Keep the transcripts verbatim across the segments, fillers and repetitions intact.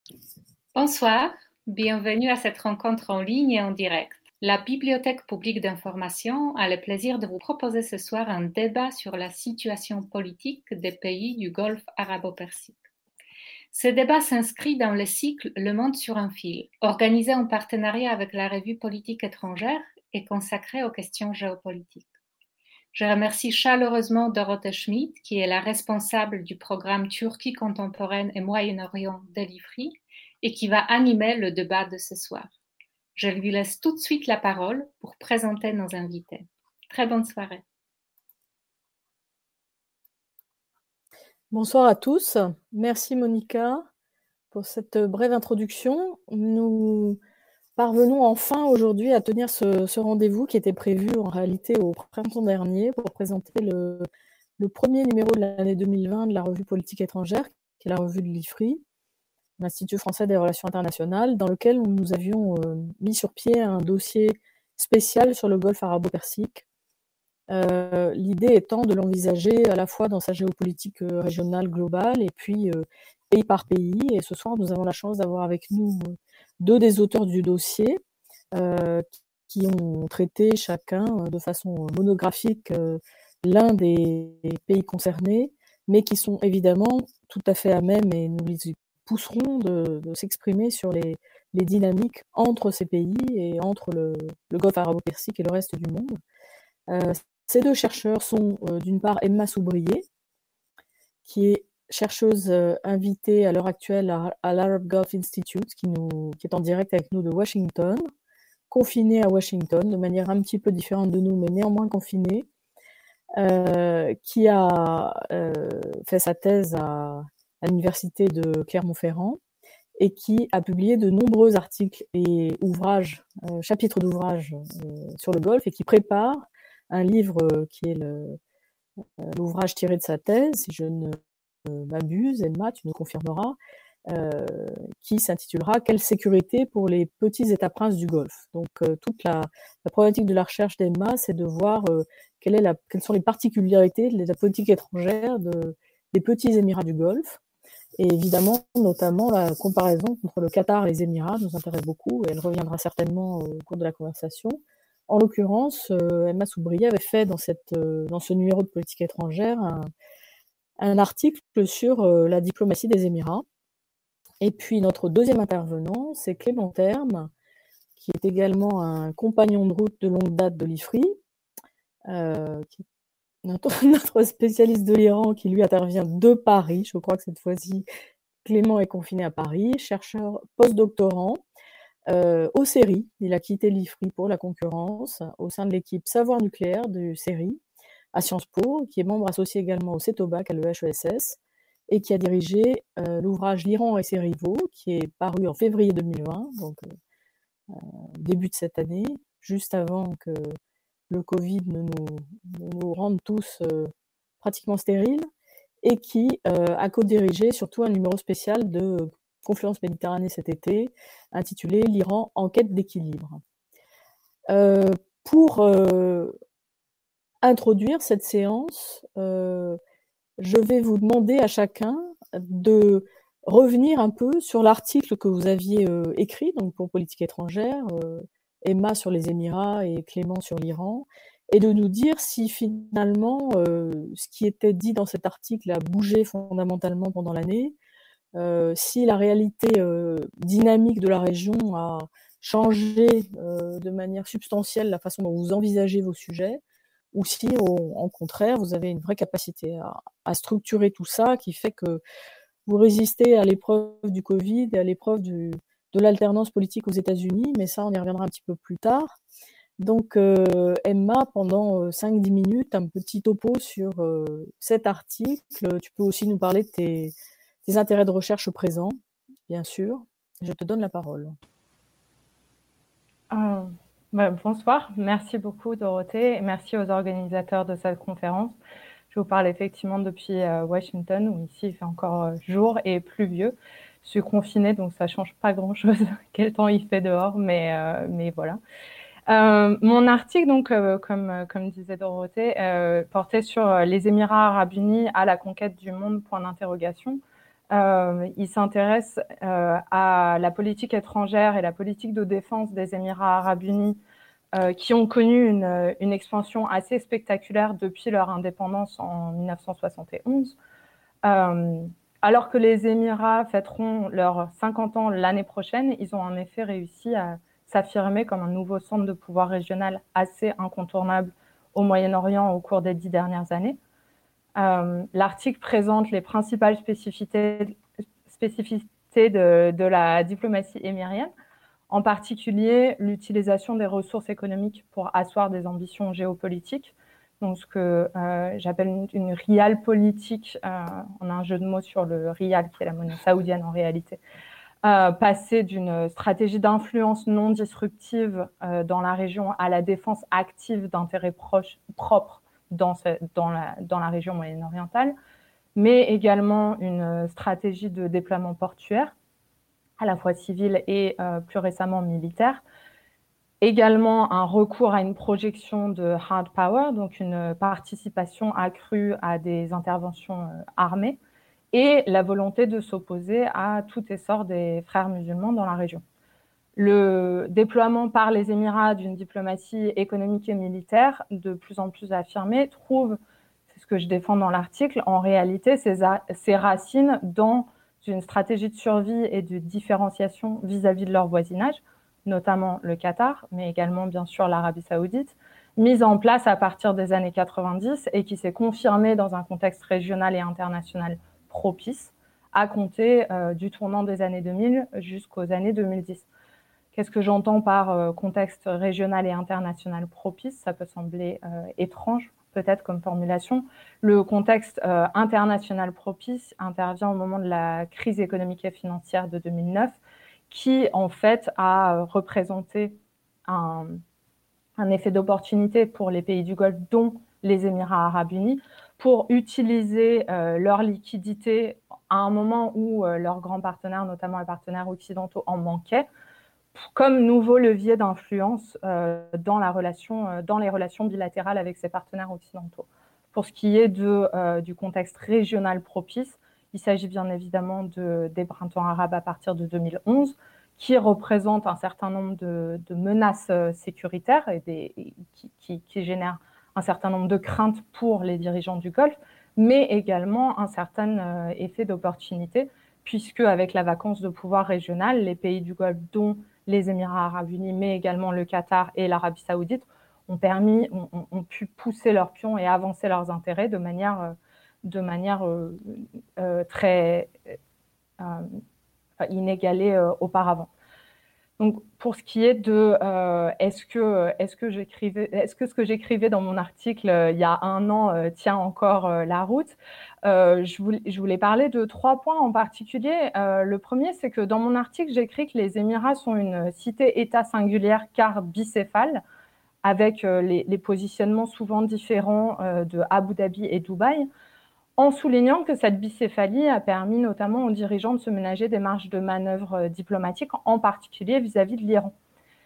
Bonsoir, bienvenue à cette rencontre en ligne et en direct. La Bibliothèque publique d'information a le plaisir de vous proposer ce soir un débat sur la situation politique des pays du Golfe arabo-persique. Ce débat s'inscrit dans le cycle Le Monde sur un fil, organisé en partenariat avec la revue Politique étrangère et consacré aux questions géopolitiques. Je remercie chaleureusement Dorothée Schmidt, qui est la responsable du programme Turquie contemporaine et Moyen-Orient de l'I F R I et qui va animer le débat de ce soir. Je lui laisse tout de suite la parole pour présenter nos invités. Très bonne soirée. Bonsoir à tous. Merci Monica pour cette brève introduction. Nous parvenons enfin aujourd'hui à tenir ce, ce rendez-vous qui était prévu en réalité au printemps dernier pour présenter le, le premier numéro de l'année deux mille vingt de la revue Politique étrangère, qui est la revue de l'I F R I, l'Institut français des relations internationales, dans lequel nous avions euh, mis sur pied un dossier spécial sur le Golfe arabo-persique. Euh, l'idée étant de l'envisager à la fois dans sa géopolitique euh, régionale globale et puis euh, pays par pays. Et ce soir, nous avons la chance d'avoir avec nous euh, deux des auteurs du dossier euh, qui ont traité chacun euh, de façon monographique euh, l'un des pays concernés, mais qui sont évidemment tout à fait à même, et nous les pousserons de, de s'exprimer sur les, les dynamiques entre ces pays et entre le, le Golfe arabo-persique et le reste du monde. Euh, Ces deux chercheurs sont euh, d'une part Emma Soubrier, qui est chercheuse euh, invitée à l'heure actuelle à, à l'Arab Gulf Institute, qui, nous, qui est en direct avec nous de Washington, confinée à Washington, de manière un petit peu différente de nous, mais néanmoins confinée, euh, qui a euh, fait sa thèse à, à l'université de Clermont-Ferrand et qui a publié de nombreux articles et ouvrages, euh, chapitres d'ouvrages euh, sur le Golfe et qui prépare un livre euh, qui est le, euh, l'ouvrage tiré de sa thèse, si je ne euh, m'abuse, Emma, tu nous confirmeras, euh, qui s'intitulera « Quelle sécurité pour les petits États-princes du Golfe ?» Donc euh, toute la, la problématique de la recherche d'Emma, c'est de voir euh, quelle est la, quelles sont les particularités de la politique étrangère de, des petits Émirats du Golfe. Et évidemment, notamment, la comparaison entre le Qatar et les Émirats nous intéresse beaucoup, et elle reviendra certainement au cours de la conversation. En l'occurrence, euh, Emma Soubrier avait fait dans, cette, euh, dans ce numéro de politique étrangère un, un article sur euh, la diplomatie des Émirats. Et puis notre deuxième intervenant, c'est Clément Terme, qui est également un compagnon de route de longue date de l'I F R I, euh, qui est notre, notre spécialiste de l'Iran, qui lui intervient de Paris. Je crois que cette fois-ci, Clément est confiné à Paris, chercheur postdoctorant. Euh, au C E R I, il a quitté l'I F R I pour la concurrence au sein de l'équipe Savoir nucléaire du C E R I à Sciences Po, qui est membre associé également au CETOBAC à l'E H E S S et qui a dirigé euh, l'ouvrage L'Iran et ses rivaux, qui est paru en février deux mille vingt, donc euh, début de cette année, juste avant que le Covid ne nous, ne nous rende tous euh, pratiquement stériles, et qui euh, a co-dirigé surtout un numéro spécial de Confluence Méditerranée cet été, intitulé « L'Iran en quête d'équilibre ». Euh, pour euh, introduire cette séance, euh, je vais vous demander à chacun de revenir un peu sur l'article que vous aviez euh, écrit donc pour Politique étrangère, euh, Emma sur les Émirats et Clément sur l'Iran, et de nous dire si finalement euh, ce qui était dit dans cet article a bougé fondamentalement pendant l'année, euh, si la réalité euh, dynamique de la région a changé euh, de manière substantielle la façon dont vous envisagez vos sujets, ou si au, au contraire vous avez une vraie capacité à, à structurer tout ça qui fait que vous résistez à l'épreuve du Covid et à l'épreuve du, de l'alternance politique aux États-Unis, mais ça on y reviendra un petit peu plus tard. Donc euh, Emma, pendant cinq dix minutes, un petit topo sur euh, cet article. Tu peux aussi nous parler de tes, tes intérêts de recherche présents, bien sûr. Je te donne la parole. Euh, bah, bonsoir, merci beaucoup Dorothée, et merci aux organisateurs de cette conférence. Je vous parle effectivement depuis euh, Washington, où ici il fait encore euh, jour et pluvieux. Je suis confinée, donc ça change pas grand-chose quel temps il fait dehors, mais, euh, mais voilà. Euh, mon article, donc, euh, comme, comme disait Dorothée, euh, portait sur les Émirats arabes unis à la conquête du monde, point d'interrogation. Euh, il s'intéresse euh, à la politique étrangère et la politique de défense des Émirats arabes unis, euh, qui ont connu une, une expansion assez spectaculaire depuis leur indépendance en mille neuf cent soixante et onze. Euh, alors que les Émirats fêteront leurs cinquante ans l'année prochaine, ils ont en effet réussi à s'affirmer comme un nouveau centre de pouvoir régional assez incontournable au Moyen-Orient au cours des dix dernières années. Euh, L'article présente les principales spécificités, spécificités de, de la diplomatie émirienne, en particulier l'utilisation des ressources économiques pour asseoir des ambitions géopolitiques. Donc, ce que euh, j'appelle une, une rial politique, euh, on a un jeu de mots sur le rial, qui est la monnaie saoudienne en réalité, euh, passer d'une stratégie d'influence non disruptive euh, dans la région à la défense active d'intérêts proches, propres dans, ce, dans, la, dans la région moyen-orientale, mais également une stratégie de déploiement portuaire, à la fois civile et euh, plus récemment militaire. Également un recours à une projection de hard power, donc une participation accrue à des interventions euh, armées, et la volonté de s'opposer à tout essor des frères musulmans dans la région. Le déploiement par les Émirats d'une diplomatie économique et militaire de plus en plus affirmée trouve, c'est ce que je défends dans l'article, en réalité ses, ses racines dans une stratégie de survie et de différenciation vis-à-vis de leur voisinage, notamment le Qatar, mais également bien sûr l'Arabie saoudite, mise en place à partir des années quatre-vingt-dix et qui s'est confirmée dans un contexte régional et international propice, à compter euh, du tournant des années deux mille jusqu'aux années deux mille dix. Qu'est-ce que j'entends par euh, contexte régional et international propice? Ça peut sembler euh, étrange, peut-être comme formulation. Le contexte euh, international propice intervient au moment de la crise économique et financière de deux mille neuf, qui en fait a représenté un, un effet d'opportunité pour les pays du Golfe, dont les Émirats arabes unis, pour utiliser euh, leur liquidité à un moment où euh, leurs grands partenaires, notamment les partenaires occidentaux, en manquaient, comme nouveau levier d'influence euh, dans, la relation, euh, dans les relations bilatérales avec ces partenaires occidentaux. Pour ce qui est de, euh, du contexte régional propice, il s'agit bien évidemment de, des printemps arabes à partir de deux mille onze, qui représentent un certain nombre de, de menaces sécuritaires et, des, et qui, qui, qui génèrent un certain nombre de craintes pour les dirigeants du Golfe, mais également un certain euh, effet d'opportunité, puisque avec la vacance de pouvoir régional, les pays du Golfe, dont les Émirats arabes unis, mais également le Qatar et l'Arabie saoudite, ont, permis, ont, ont, ont pu pousser leurs pions et avancer leurs intérêts de manière, de manière euh, euh, très euh, inégalée euh, auparavant. Donc, pour ce qui est de euh, est-ce que, est-ce que j'écrivais, est-ce que ce que j'écrivais dans mon article euh, il y a un an euh, tient encore euh, la route, euh, je, voulais, je voulais parler de trois points en particulier. Euh, le premier, c'est que dans mon article, j'écris que les Émirats sont une cité-État singulière car bicéphale, avec euh, les, les positionnements souvent différents euh, de Abu Dhabi et Dubaï, en soulignant que cette bicéphalie a permis notamment aux dirigeants de se ménager des marges de manœuvre diplomatiques, en particulier vis-à-vis de l'Iran.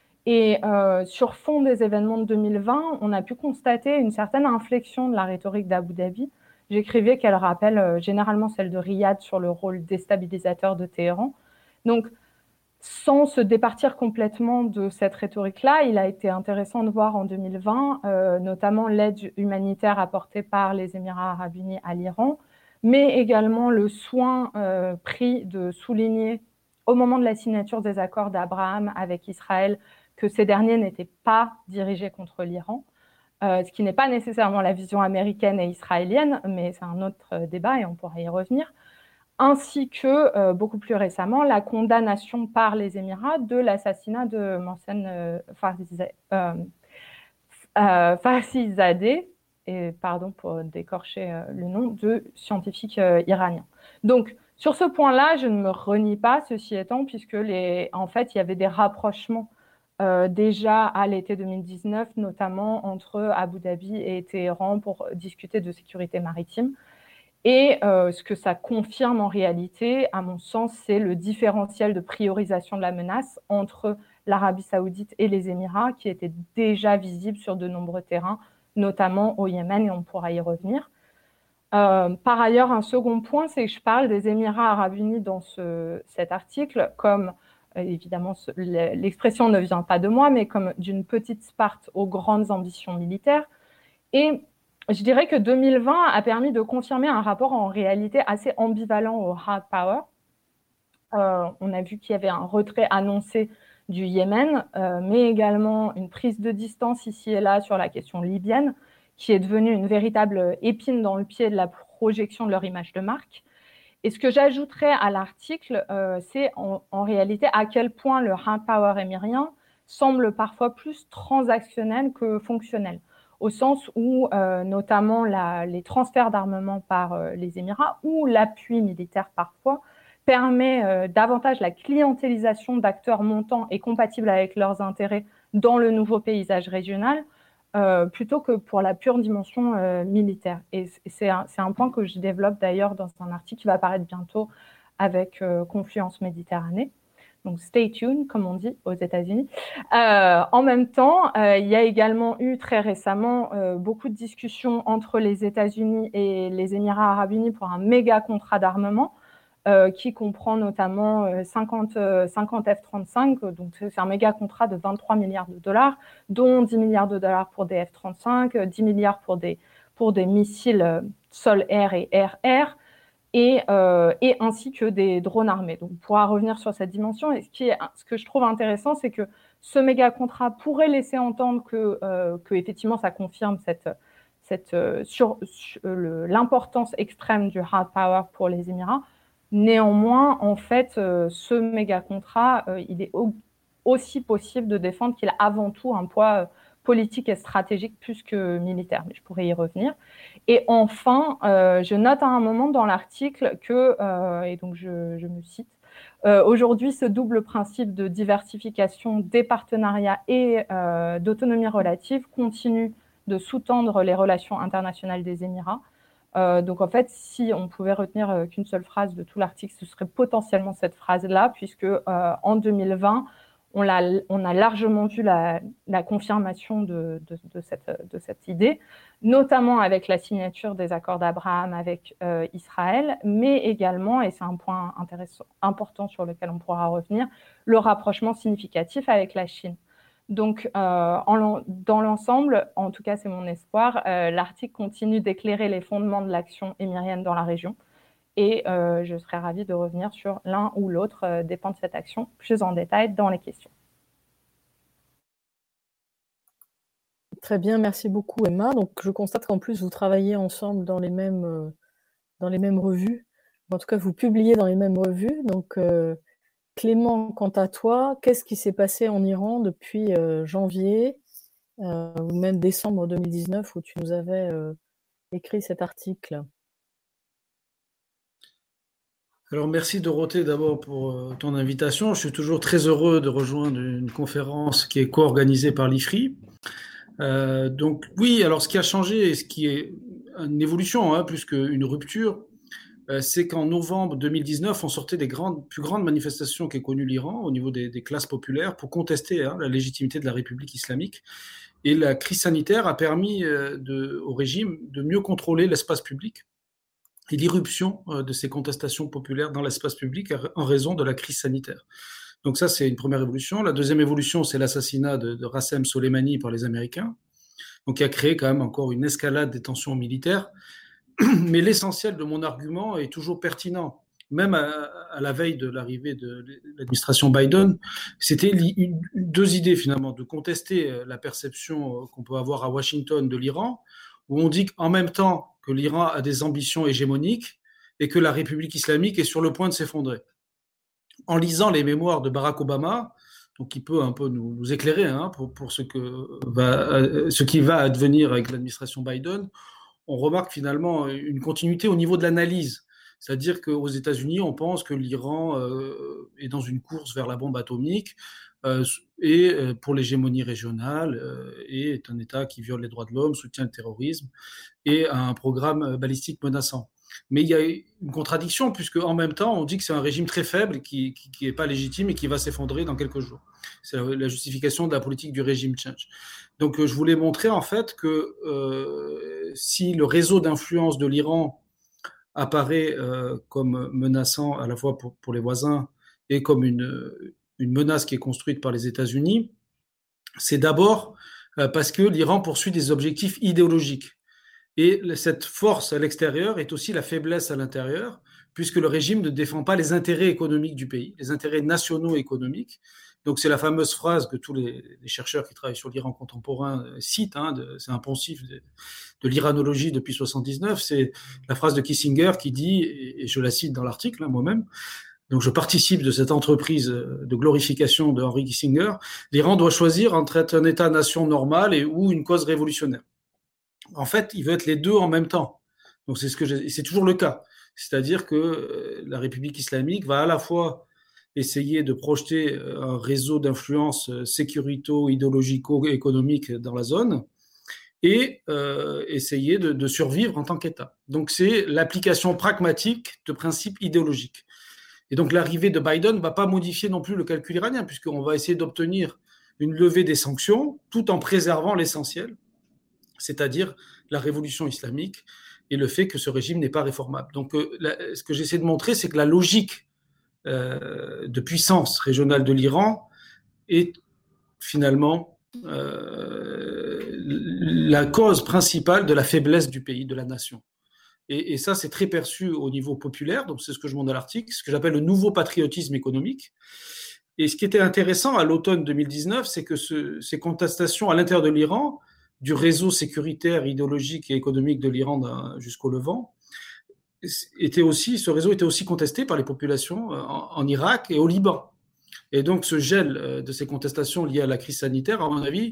Et euh, sur fond des événements de deux mille vingt, on a pu constater une certaine inflexion de la rhétorique d'Abu Dhabi. J'écrivais qu'elle rappelle euh, généralement celle de Riyad sur le rôle déstabilisateur de Téhéran. Donc, sans se départir complètement de cette rhétorique-là, il a été intéressant de voir en deux mille vingt, euh, notamment l'aide humanitaire apportée par les Émirats arabes unis à l'Iran, mais également le soin euh, pris de souligner au moment de la signature des accords d'Abraham avec Israël que ces derniers n'étaient pas dirigés contre l'Iran, euh, ce qui n'est pas nécessairement la vision américaine et israélienne, mais c'est un autre euh, débat et on pourra y revenir, ainsi que, euh, beaucoup plus récemment, la condamnation par les Émirats de l'assassinat de Mohsen euh, Fakhrizadeh, euh, euh, Fakhrizadeh, et pardon pour décorcher euh, le nom, de scientifiques euh, iraniens. Donc, sur ce point-là, je ne me renie pas, ceci étant, puisque les, en fait, il y avait des rapprochements euh, déjà à l'été deux mille dix-neuf, notamment entre Abu Dhabi et Téhéran pour discuter de sécurité maritime. Et euh, ce que ça confirme en réalité, à mon sens, c'est le différentiel de priorisation de la menace entre l'Arabie saoudite et les Émirats, qui était déjà visible sur de nombreux terrains, notamment au Yémen, et on pourra y revenir. Euh, par ailleurs, un second point, c'est que je parle des Émirats arabes unis dans ce, cet article comme, euh, évidemment, ce, l'expression ne vient pas de moi, mais comme d'une petite Sparte aux grandes ambitions militaires. Et je dirais que deux mille vingt a permis de confirmer un rapport en réalité assez ambivalent au hard power. Euh, on a vu qu'il y avait un retrait annoncé du Yémen, euh, mais également une prise de distance ici et là sur la question libyenne, qui est devenue une véritable épine dans le pied de la projection de leur image de marque. Et ce que j'ajouterais à l'article, euh, c'est en, en réalité à quel point le hard power émirien semble parfois plus transactionnel que fonctionnel, au sens où euh, notamment la, les transferts d'armement par euh, les Émirats ou l'appui militaire parfois permet euh, davantage la clientélisation d'acteurs montants et compatibles avec leurs intérêts dans le nouveau paysage régional, euh, plutôt que pour la pure dimension euh, militaire. Et c'est un, c'est un point que je développe d'ailleurs dans un article qui va apparaître bientôt avec euh, Confluence Méditerranée. Donc stay tuned, comme on dit aux États-Unis. Euh, en même temps, euh, il y a également eu très récemment euh, beaucoup de discussions entre les États-Unis et les Émirats arabes unis pour un méga contrat d'armement. Euh, qui comprend notamment euh, cinquante, euh, cinquante F trente-cinq, donc c'est un méga contrat de vingt-trois milliards de dollars, dont dix milliards de dollars pour des F trente-cinq, dix milliards pour des, pour des missiles euh, sol-air et air-air, et, euh, et ainsi que des drones armés. Donc on pourra revenir sur cette dimension. Et ce, qui est, ce que je trouve intéressant, c'est que ce méga contrat pourrait laisser entendre que, euh, que effectivement, ça confirme cette, cette, euh, sur, sur le, l'importance extrême du hard power pour les Émirats. Néanmoins, en fait, euh, ce méga contrat, euh, il est au- aussi possible de défendre qu'il a avant tout un poids euh, politique et stratégique plus que militaire. Mais je pourrais y revenir. Et enfin, euh, je note à un moment dans l'article que, euh, et donc je, je me cite, euh, aujourd'hui, ce double principe de diversification des partenariats et euh, d'autonomie relative continue de sous-tendre les relations internationales des Émirats. Euh, donc en fait, si on pouvait retenir euh, qu'une seule phrase de tout l'article, ce serait potentiellement cette phrase-là, puisque euh, en deux mille vingt, on, l'a, on a largement vu la, la confirmation de, de, de, cette, de cette idée, notamment avec la signature des accords d'Abraham avec euh, Israël, mais également, et c'est un point intéressant, important sur lequel on pourra revenir, le rapprochement significatif avec la Chine. Donc, euh, en, dans l'ensemble, en tout cas c'est mon espoir, euh, l'article continue d'éclairer les fondements de l'action émirienne dans la région et euh, je serais ravie de revenir sur l'un ou l'autre euh, des pans de cette action plus en détail dans les questions. Très bien, merci beaucoup Emma. Donc, je constate qu'en plus vous travaillez ensemble dans les mêmes, euh, dans les mêmes revues. En tout cas, vous publiez dans les mêmes revues. Donc, euh, Clément, quant à toi, qu'est-ce qui s'est passé en Iran depuis euh, janvier euh, ou même décembre deux mille dix-neuf où tu nous avais euh, écrit cet article? Alors merci Dorothée d'abord pour euh, ton invitation. Je suis toujours très heureux de rejoindre une conférence qui est co-organisée par l'I F R I. Euh, donc oui, alors ce qui a changé et ce qui est une évolution hein, plus qu'une rupture, euh, c'est qu'en novembre deux mille dix-neuf, on sortait des grandes, plus grandes manifestations qu'ait connues l'Iran au niveau des, des classes populaires pour contester hein, la légitimité de la République islamique. Et la crise sanitaire a permis euh, de, au régime de mieux contrôler l'espace public et l'irruption euh, de ces contestations populaires dans l'espace public en raison de la crise sanitaire. Donc ça, c'est une première évolution. La deuxième évolution, c'est l'assassinat de, de Rassem Soleimani par les Américains, donc qui a créé quand même encore une escalade des tensions militaires. Mais l'essentiel de mon argument est toujours pertinent. Même à, à la veille de l'arrivée de l'administration Biden, c'était une, deux idées finalement, de contester la perception qu'on peut avoir à Washington de l'Iran, où on dit qu'en même temps que l'Iran a des ambitions hégémoniques et que la République islamique est sur le point de s'effondrer. En lisant les mémoires de Barack Obama, donc qui peut un peu nous, nous éclairer hein, pour, pour ce, que va, ce qui va advenir avec l'administration Biden, on remarque finalement une continuité au niveau de l'analyse. C'est-à-dire qu'aux États-Unis, on pense que l'Iran euh, est dans une course vers la bombe atomique euh, et euh, pour l'hégémonie régionale euh, et est un État qui viole les droits de l'homme, soutient le terrorisme et a un programme balistique menaçant. Mais il y a une contradiction, puisque en même temps, on dit que c'est un régime très faible, qui n'est pas légitime et qui va s'effondrer dans quelques jours. C'est la, la justification de la politique du régime change. Donc, je voulais montrer en fait que euh, si le réseau d'influence de l'Iran apparaît euh, comme menaçant à la fois pour, pour les voisins et comme une, une menace qui est construite par les États-Unis, c'est d'abord euh, parce que l'Iran poursuit des objectifs idéologiques. Et cette force à l'extérieur est aussi la faiblesse à l'intérieur, puisque le régime ne défend pas les intérêts économiques du pays, les intérêts nationaux économiques. Donc c'est la fameuse phrase que tous les, les chercheurs qui travaillent sur l'Iran contemporain citent, hein, de, c'est un poncif de, de l'iranologie depuis soixante-dix-neuf, c'est la phrase de Kissinger qui dit, et je la cite dans l'article, hein, moi-même, donc je participe de cette entreprise de glorification de Henry Kissinger, l'Iran doit choisir entre être un État-nation normal et ou une cause révolutionnaire. En fait, il veut être les deux en même temps. Donc c'est ce que j'ai, c'est toujours le cas. C'est-à-dire que la République islamique va à la fois essayer de projeter un réseau d'influence sécurito-idéologico-économique dans la zone et euh, essayer de, de survivre en tant qu'État. Donc c'est l'application pragmatique de principes idéologiques. Et donc l'arrivée de Biden ne va pas modifier non plus le calcul iranien, puisqu'on va essayer d'obtenir une levée des sanctions tout en préservant l'essentiel, c'est-à-dire la révolution islamique et le fait que ce régime n'est pas réformable. Donc, euh, la, ce que j'essaie de montrer, c'est que la logique euh, de puissance régionale de l'Iran est finalement euh, la cause principale de la faiblesse du pays, de la nation. Et, et ça, c'est très perçu au niveau populaire, donc c'est ce que je montre dans l'article, ce que j'appelle le nouveau patriotisme économique. Et ce qui était intéressant à l'automne deux mille dix-neuf, c'est que ce, ces contestations à l'intérieur de l'Iran, du réseau sécuritaire, idéologique et économique de l'Iran jusqu'au Levant, était aussi, ce réseau était aussi contesté par les populations en, en Irak et au Liban. Et donc ce gel de ces contestations liées à la crise sanitaire, à mon avis,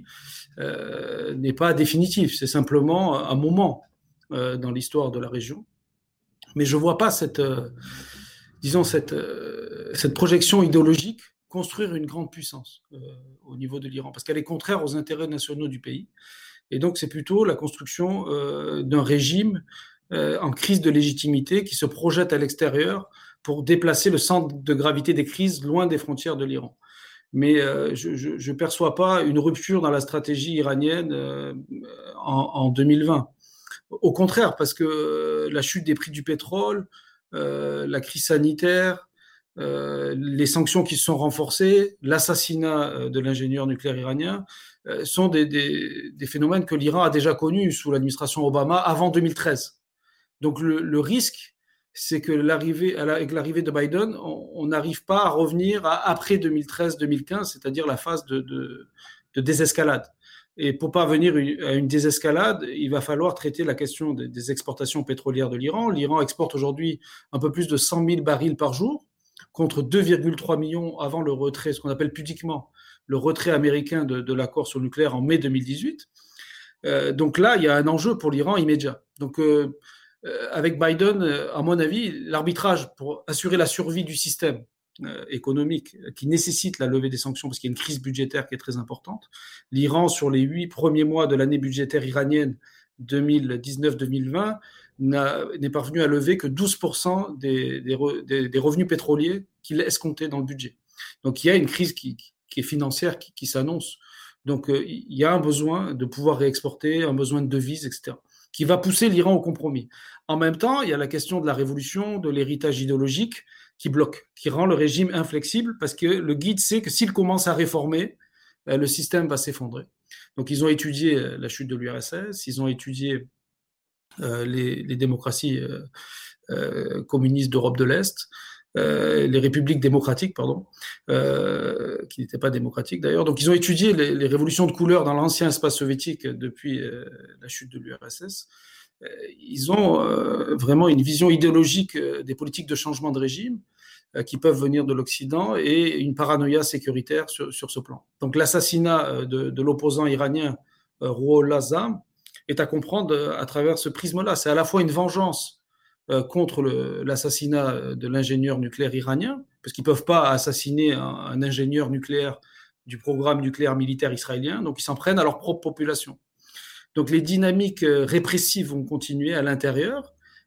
euh, n'est pas définitif. C'est simplement un moment euh, dans l'histoire de la région. Mais je ne vois pas cette, euh, disons, cette, euh, cette projection idéologique construire une grande puissance euh, au niveau de l'Iran, parce qu'elle est contraire aux intérêts nationaux du pays. Et donc, c'est plutôt la construction euh, d'un régime euh, en crise de légitimité qui se projette à l'extérieur pour déplacer le centre de gravité des crises loin des frontières de l'Iran. Mais euh, je ne perçois pas une rupture dans la stratégie iranienne euh, en, en deux mille vingt. Au contraire, parce que la chute des prix du pétrole, euh, la crise sanitaire, euh, les sanctions qui se sont renforcées, l'assassinat de l'ingénieur nucléaire iranien, sont des, des, des phénomènes que l'Iran a déjà connus sous l'administration Obama avant deux mille treize. Donc le, le risque, c'est que l'arrivée, avec l'arrivée de Biden, on n'arrive pas à revenir à après deux mille treize deux mille quinze, c'est-à-dire la phase de, de, de désescalade. Et pour pas venir à une désescalade, il va falloir traiter la question des, des exportations pétrolières de l'Iran. L'Iran exporte aujourd'hui un peu plus de cent mille barils par jour, contre deux virgule trois millions avant le retrait, ce qu'on appelle pudiquement le retrait américain de, de l'accord sur le nucléaire en mai deux mille dix-huit. Euh, donc là, il y a un enjeu pour l'Iran immédiat. Donc euh, euh, avec Biden, euh, à mon avis, l'arbitrage pour assurer la survie du système euh, économique qui nécessite la levée des sanctions parce qu'il y a une crise budgétaire qui est très importante. L'Iran, sur les huit premiers mois de l'année budgétaire iranienne deux mille dix-neuf deux mille vingt, n'est parvenu à lever que douze pour cent des, des, des, des revenus pétroliers qu'il escomptait dans le budget. Donc il y a une crise qui, qui est financière qui, qui s'annonce. Donc euh, il y a un besoin de pouvoir réexporter, un besoin de devises, et cetera, qui va pousser l'Iran au compromis. En même temps, il y a la question de la révolution, de l'héritage idéologique qui bloque, qui rend le régime inflexible parce que le guide sait que s'il commence à réformer, euh, le système va s'effondrer. Donc ils ont étudié la chute de l'U R S S, ils ont étudié euh, les, les démocraties euh, euh, communistes d'Europe de l'Est, euh, les républiques démocratiques, pardon, euh, qui n'étaient pas démocratiques d'ailleurs. Donc ils ont étudié les, les révolutions de couleur dans l'ancien espace soviétique depuis euh, la chute de l'U R S S. Euh, ils ont euh, vraiment une vision idéologique euh, des politiques de changement de régime euh, qui peuvent venir de l'Occident et une paranoïa sécuritaire sur, sur ce plan. Donc l'assassinat de, de l'opposant iranien euh, Rouhollah Zam est à comprendre à travers ce prisme-là. C'est à la fois une vengeance euh, contre le, l'assassinat de l'ingénieur nucléaire iranien, parce qu'ils ne peuvent pas assassiner un, un ingénieur nucléaire du programme nucléaire militaire israélien, donc ils s'en prennent à leur propre population. Donc les dynamiques répressives vont continuer à l'intérieur,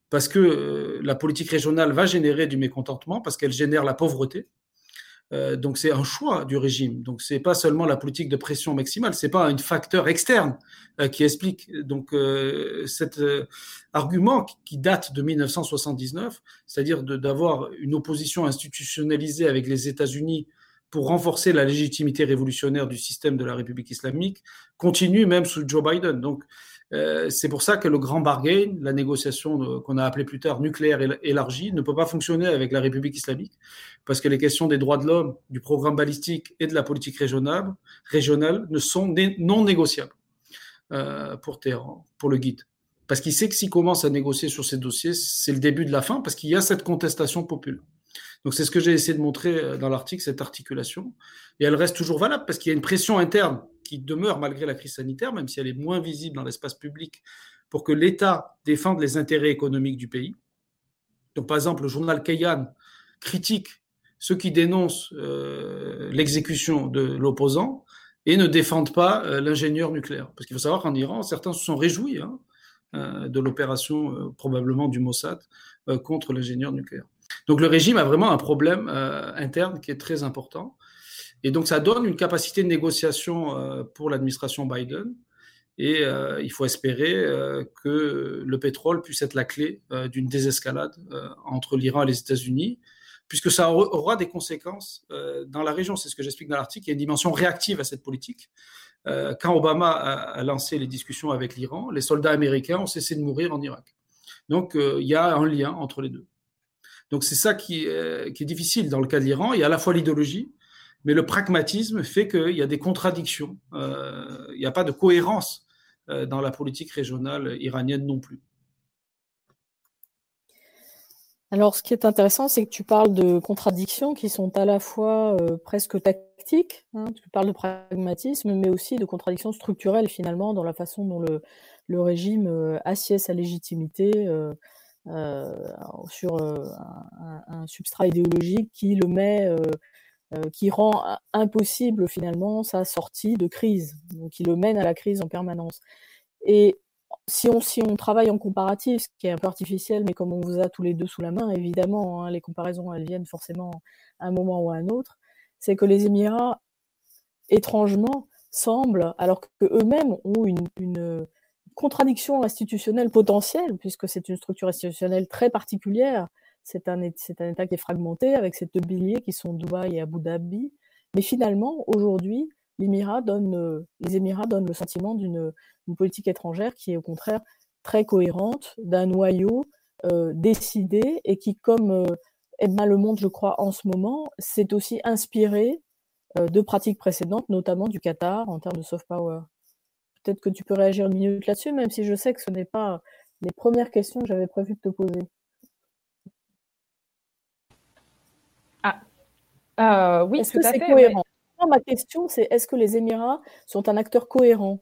parce que euh, la politique régionale va générer du mécontentement, parce qu'elle génère la pauvreté. Euh, donc c'est un choix du régime. Donc c'est pas seulement la politique de pression maximale, c'est pas un facteur externe euh, qui explique. Donc euh, cet euh, argument qui date de mille neuf cent soixante-dix-neuf, c'est-à-dire de, d'avoir une opposition institutionnalisée avec les États-Unis pour renforcer la légitimité révolutionnaire du système de la République islamique, continue même sous Joe Biden. Donc euh, c'est pour ça que le grand bargain, la négociation de, qu'on a appelée plus tard nucléaire élargie, ne peut pas fonctionner avec la République islamique, parce que les questions des droits de l'homme, du programme balistique et de la politique régionale, régionale ne sont né- non négociables euh, pour Téhéran, pour le guide. Parce qu'il sait que s'il commence à négocier sur ces dossiers, c'est le début de la fin, parce qu'il y a cette contestation populaire. Donc c'est ce que j'ai essayé de montrer dans l'article, cette articulation. Et elle reste toujours valable, parce qu'il y a une pression interne qui demeure malgré la crise sanitaire, même si elle est moins visible dans l'espace public, pour que l'État défende les intérêts économiques du pays. Donc par exemple, le journal Kayhan critique ceux qui dénoncent euh, l'exécution de l'opposant et ne défendent pas euh, l'ingénieur nucléaire. Parce qu'il faut savoir qu'en Iran, certains se sont réjouis hein, euh, de l'opération euh, probablement du Mossad euh, contre l'ingénieur nucléaire. Donc le régime a vraiment un problème euh, interne qui est très important. Et donc ça donne une capacité de négociation euh, pour l'administration Biden. Et euh, il faut espérer euh, que le pétrole puisse être la clé euh, d'une désescalade euh, entre l'Iran et les États-Unis, puisque ça aura des conséquences euh, dans la région. C'est ce que j'explique dans l'article. Il y a une dimension réactive à cette politique. Euh, quand Obama a, a lancé les discussions avec l'Iran, les soldats américains ont cessé de mourir en Irak. Donc euh, il y a un lien entre les deux. Donc c'est ça qui, euh, qui est difficile dans le cas de l'Iran. Il y a à la fois l'idéologie, mais le pragmatisme fait qu'il y a des contradictions. Euh, il n'y a pas de cohérence euh, dans la politique régionale iranienne non plus. Alors, ce qui est intéressant, c'est que tu parles de contradictions qui sont à la fois euh, presque tactiques, hein, tu parles de pragmatisme, mais aussi de contradictions structurelles, finalement, dans la façon dont le, le régime euh, assied sa légitimité euh, euh, sur euh, un, un substrat idéologique qui le met, euh, euh, qui rend impossible, finalement, sa sortie de crise, donc qui le mène à la crise en permanence. Et Si on, si on travaille en comparatif, ce qui est un peu artificiel, mais comme on vous a tous les deux sous la main, évidemment, hein, les comparaisons, elles viennent forcément à un moment ou à un autre, c'est que les Émirats, étrangement, semblent, alors qu'eux-mêmes ont une, une contradiction institutionnelle potentielle, puisque c'est une structure institutionnelle très particulière, c'est un, c'est un État qui est fragmenté, avec ces deux piliers qui sont Dubaï et Abu Dhabi, mais finalement, aujourd'hui, l'Émirat donne, euh, les Émirats donnent le sentiment d'une une politique étrangère qui est au contraire très cohérente, d'un noyau euh, décidé et qui, comme euh, Emma Le Monde, je crois, en ce moment, s'est aussi inspiré euh, de pratiques précédentes, notamment du Qatar en termes de soft power. Peut-être que tu peux réagir une minute là-dessus, même si je sais que ce n'est pas les premières questions que j'avais prévu de te poser. Ah, euh, oui, est-ce tout que à c'est fait. cohérent? Mais... Ma question, c'est est-ce que les Émirats sont un acteur cohérent?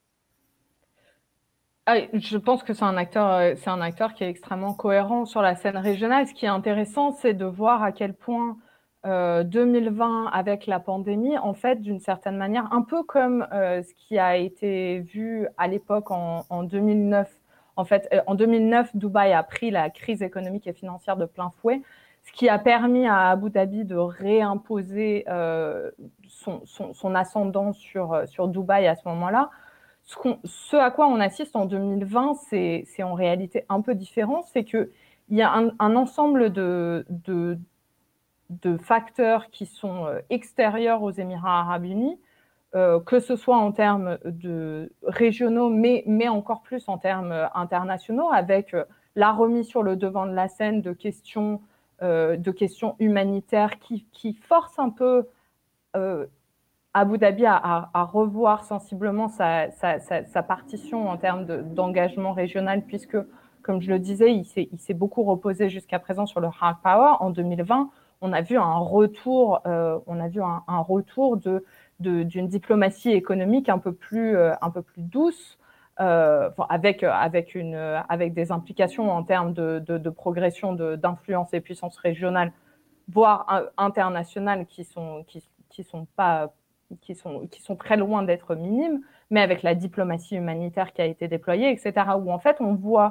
Ah, je pense que c'est un acteur, c'est un acteur qui est extrêmement cohérent sur la scène régionale. Ce qui est intéressant, c'est de voir à quel point euh, deux mille vingt, avec la pandémie, en fait, d'une certaine manière, un peu comme euh, ce qui a été vu à l'époque en, en deux mille neuf. En fait, euh, en deux mille neuf, Dubaï a pris la crise économique et financière de plein fouet, ce qui a permis à Abu Dhabi de réimposer euh, son, son, son ascendant sur, sur Dubaï à ce moment-là. Ce, ce à quoi on assiste en deux mille vingt, c'est, c'est en réalité un peu différent. C'est qu'il y a un, un ensemble de, de, de facteurs qui sont extérieurs aux Émirats arabes unis, euh, que ce soit en termes de régionaux, mais, mais encore plus en termes internationaux, avec la remise sur le devant de la scène de questions, euh, de questions humanitaires qui, qui forcent un peu euh, Abu Dhabi à, à, à revoir sensiblement sa, sa, sa, sa partition en termes de, d'engagement régional, puisque, comme je le disais, il s'est, il s'est beaucoup reposé jusqu'à présent sur le hard power. En deux mille vingt, on a vu un retour, euh, on a vu un, un retour de, de, d'une diplomatie économique un peu plus, euh, un peu plus douce, euh, avec, avec, une, avec des implications en termes de, de, de progression de, d'influence et puissance régionale, voire internationale, qui sont, qui, qui sont pas Qui sont, qui sont très loin d'être minimes, mais avec la diplomatie humanitaire qui a été déployée, et cetera, où en fait on voit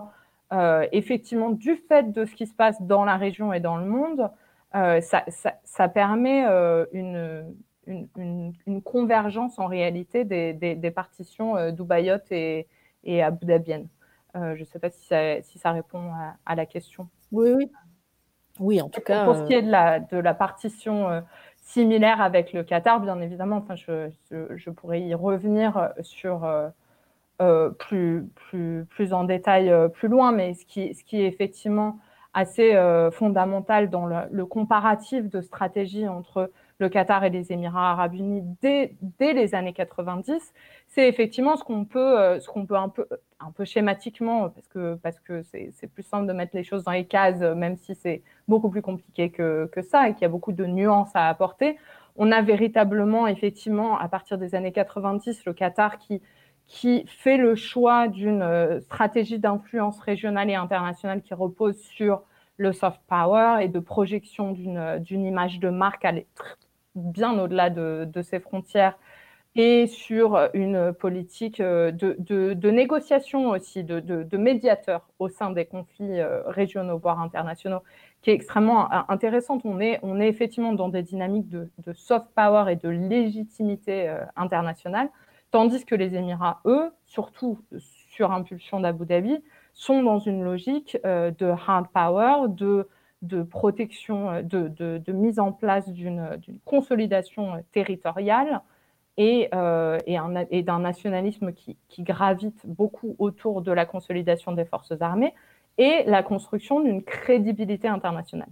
euh, effectivement, du fait de ce qui se passe dans la région et dans le monde, euh, ça, ça, ça permet euh, une, une, une, une convergence en réalité des, des, des partitions euh, dubaïotes et, et abu dhabiennes. Euh, je ne sais pas si ça, si ça répond à, à la question. Oui, oui. Oui, en tout cas. Pour ce qui est de la, de la partition euh, similaire avec le Qatar, bien évidemment, enfin, je, je, je pourrais y revenir sur euh, euh, plus, plus, plus en détail euh, plus loin, mais ce qui, ce qui est effectivement assez euh, fondamental dans le, le comparatif de stratégie entre le Qatar et les Émirats arabes unis dès, dès les années quatre-vingt-dix, c'est effectivement ce qu'on peut, euh, ce qu'on peut un peu, un peu schématiquement, parce que, parce que c'est, c'est plus simple de mettre les choses dans les cases, même si c'est beaucoup plus compliqué que, que ça et qu'il y a beaucoup de nuances à apporter. On a véritablement, effectivement, à partir des années quatre-vingt-dix, le Qatar qui qui fait le choix d'une stratégie d'influence régionale et internationale qui repose sur le soft power et de projection d'une, d'une image de marque aller bien au-delà de, de ses frontières et sur une politique de, de, de négociation aussi, de, de, de médiateur au sein des conflits régionaux, voire internationaux, qui est extrêmement intéressante. On est, on est effectivement dans des dynamiques de, de soft power et de légitimité internationale, tandis que les Émirats, eux, surtout sur impulsion d'Abu Dhabi, sont dans une logique euh, de hard power, de, de protection, de, de, de mise en place d'une, d'une consolidation territoriale et, euh, et, un, et d'un nationalisme qui, qui gravite beaucoup autour de la consolidation des forces armées et la construction d'une crédibilité internationale.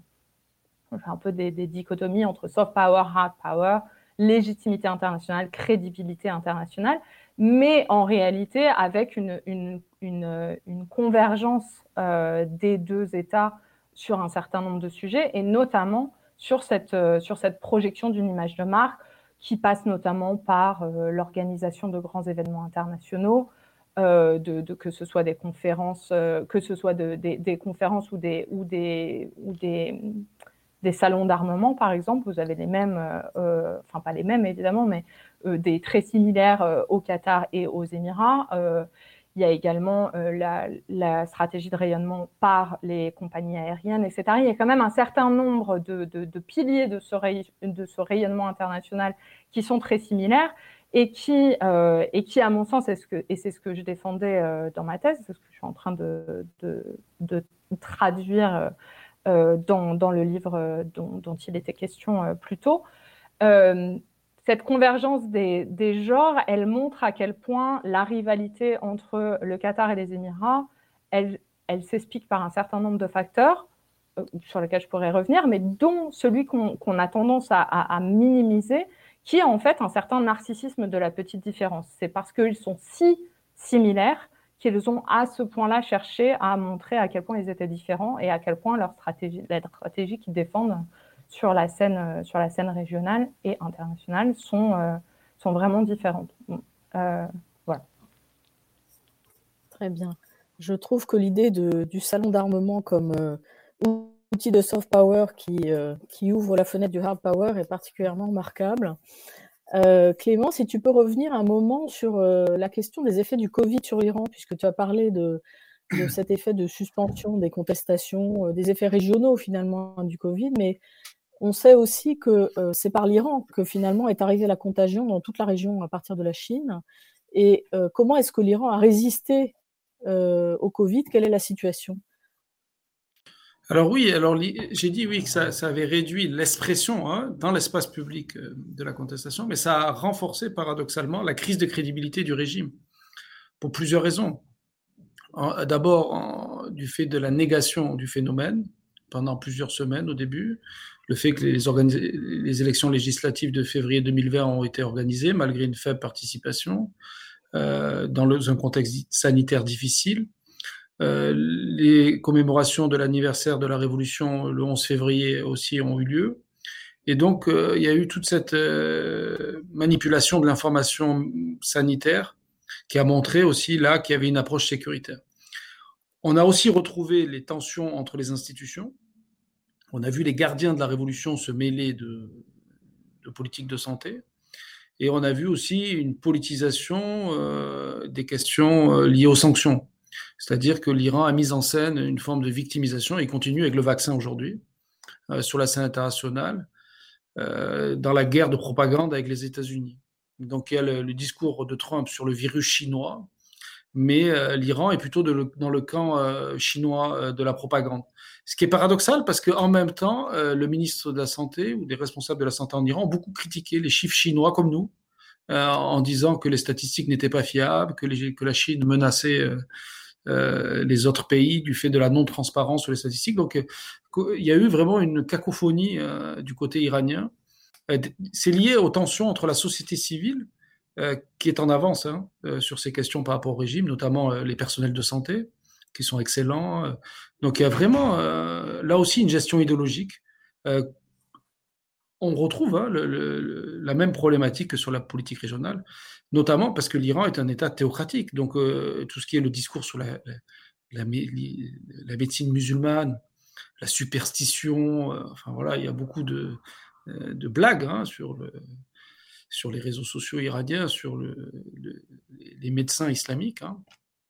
On fait un peu des, des dichotomies entre soft power, hard power, légitimité internationale, crédibilité internationale, mais en réalité avec une, une, une, une convergence euh, des deux États sur un certain nombre de sujets, et notamment sur cette, euh, sur cette projection d'une image de marque qui passe notamment par euh, l'organisation de grands événements internationaux, euh, de, de, que ce soit des conférences, euh, que ce soit de, des, des conférences ou des, ou des, ou des des salons d'armement, par exemple, vous avez les mêmes, euh, enfin pas les mêmes évidemment, mais euh, des très similaires euh, au Qatar et aux Émirats. Euh, il y a également euh, la, la stratégie de rayonnement par les compagnies aériennes, et cetera. Il y a quand même un certain nombre de, de, de piliers de ce, ray, de ce rayonnement international qui sont très similaires et qui, euh, et qui à mon sens, est ce que, et c'est ce que je défendais euh, dans ma thèse, c'est ce que je suis en train de, de, de traduire euh, Euh, dans, dans le livre euh, dont, dont il était question euh, plus tôt. Euh, cette convergence des, des genres, elle montre à quel point la rivalité entre le Qatar et les Émirats, elle, elle s'explique par un certain nombre de facteurs euh, sur lesquels je pourrais revenir, mais dont celui qu'on, qu'on a tendance à, à, à minimiser, qui est en fait un certain narcissisme de la petite différence. C'est parce qu'ils sont si similaires qu'ils ont à ce point-là cherché à montrer à quel point ils étaient différents et à quel point leur stratégie, la stratégie qu'ils défendent sur la scène, sur la scène régionale et internationale sont, euh, sont vraiment différentes. Euh, voilà. Très bien. Je trouve que l'idée de, du salon d'armement comme euh, outil de soft power qui, euh, qui ouvre la fenêtre du hard power est particulièrement remarquable. Euh, Clément, si tu peux revenir un moment sur euh, la question des effets du Covid sur l'Iran, puisque tu as parlé de, de cet effet de suspension des contestations, euh, des effets régionaux finalement du Covid, mais on sait aussi que euh, c'est par l'Iran que finalement est arrivée la contagion dans toute la région à partir de la Chine. Et euh, comment est-ce que l'Iran a résisté euh, au Covid? Quelle est la situation? Alors oui, alors j'ai dit oui que ça, ça avait réduit l'expression hein, dans l'espace public euh, de la contestation, mais ça a renforcé paradoxalement la crise de crédibilité du régime pour plusieurs raisons. En, d'abord, en, du fait de la négation du phénomène pendant plusieurs semaines au début, le fait que les, organis- les élections législatives de février deux mille vingt ont été organisées malgré une faible participation euh, dans, le, dans un contexte sanitaire difficile. Euh, les commémorations de l'anniversaire de la Révolution le onze février aussi ont eu lieu. Et donc, euh, il y a eu toute cette euh, manipulation de l'information sanitaire qui a montré aussi là qu'il y avait une approche sécuritaire. On a aussi retrouvé les tensions entre les institutions. On a vu les gardiens de la Révolution se mêler de, de politique de santé. Et on a vu aussi une politisation euh, des questions euh, liées aux sanctions. C'est-à-dire que l'Iran a mis en scène une forme de victimisation et continue avec le vaccin aujourd'hui euh, sur la scène internationale, euh, dans la guerre de propagande avec les États-Unis. Donc il y a le, le discours de Trump sur le virus chinois, mais euh, l'Iran est plutôt de le, dans le camp euh, chinois euh, de la propagande. Ce qui est paradoxal parce qu'en même temps, euh, le ministre de la Santé ou des responsables de la santé en Iran ont beaucoup critiqué les chiffres chinois comme nous, euh, en disant que les statistiques n'étaient pas fiables, que, les, que la Chine menaçait euh, euh, les autres pays du fait de la non-transparence sur les statistiques. Donc euh, il y a eu vraiment une cacophonie euh, du côté iranien. Euh, c'est lié aux tensions entre la société civile, Euh, qui est en avance hein, euh, sur ces questions par rapport au régime, notamment euh, les personnels de santé, qui sont excellents. Euh. Donc il y a vraiment euh, là aussi une gestion idéologique. Euh, on retrouve hein, le, le, la même problématique que sur la politique régionale, notamment parce que l'Iran est un État théocratique. Donc euh, tout ce qui est le discours sur la, la, la, la médecine musulmane, la superstition, euh, enfin voilà, il y a beaucoup de, de blagues hein, sur le sur les réseaux sociaux iraniens, sur le, le, les médecins islamiques. Hein.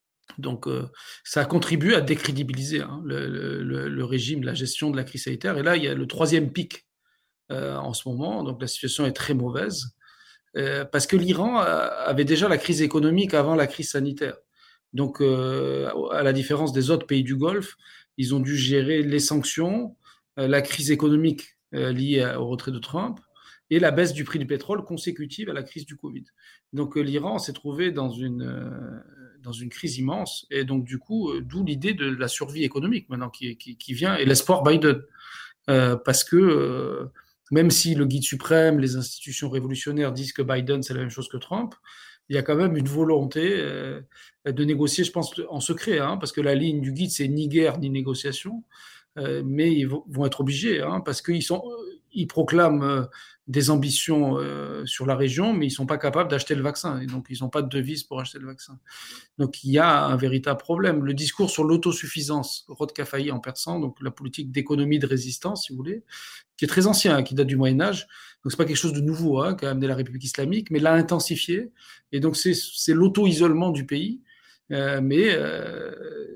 Donc, euh, ça a contribué à décrédibiliser hein, le, le, le régime, la gestion de la crise sanitaire. Et là, il y a le troisième pic euh, en ce moment. Donc, la situation est très mauvaise euh, parce que l'Iran avait déjà la crise économique avant la crise sanitaire. Donc, euh, à la différence des autres pays du Golfe, ils ont dû gérer les sanctions, euh, la crise économique euh, liée au retrait de Trump, et la baisse du prix du pétrole consécutive à la crise du Covid. Donc euh, l'Iran s'est trouvé dans une, euh, dans une crise immense, et donc du coup, euh, d'où l'idée de la survie économique maintenant qui, qui, qui vient, et l'espoir Biden. Euh, parce que euh, même si le guide suprême, les institutions révolutionnaires disent que Biden c'est la même chose que Trump, il y a quand même une volonté euh, de négocier, je pense, en secret, hein, parce que la ligne du guide, c'est ni guerre ni négociation, euh, mais ils vont être obligés, hein, parce qu'ils sont, ils proclament euh, des ambitions euh, sur la région, mais ils ne sont pas capables d'acheter le vaccin, et donc ils n'ont pas de devise pour acheter le vaccin. Donc il y a un véritable problème. Le discours sur l'autosuffisance, Rod Kafaï en persan, donc la politique d'économie de résistance, si vous voulez, qui est très ancien, hein, qui date du Moyen-Âge, donc c'est pas quelque chose de nouveau hein, qu'a amené la République islamique, mais l'a intensifié, et donc c'est, c'est l'auto-isolement du pays, euh, mais euh,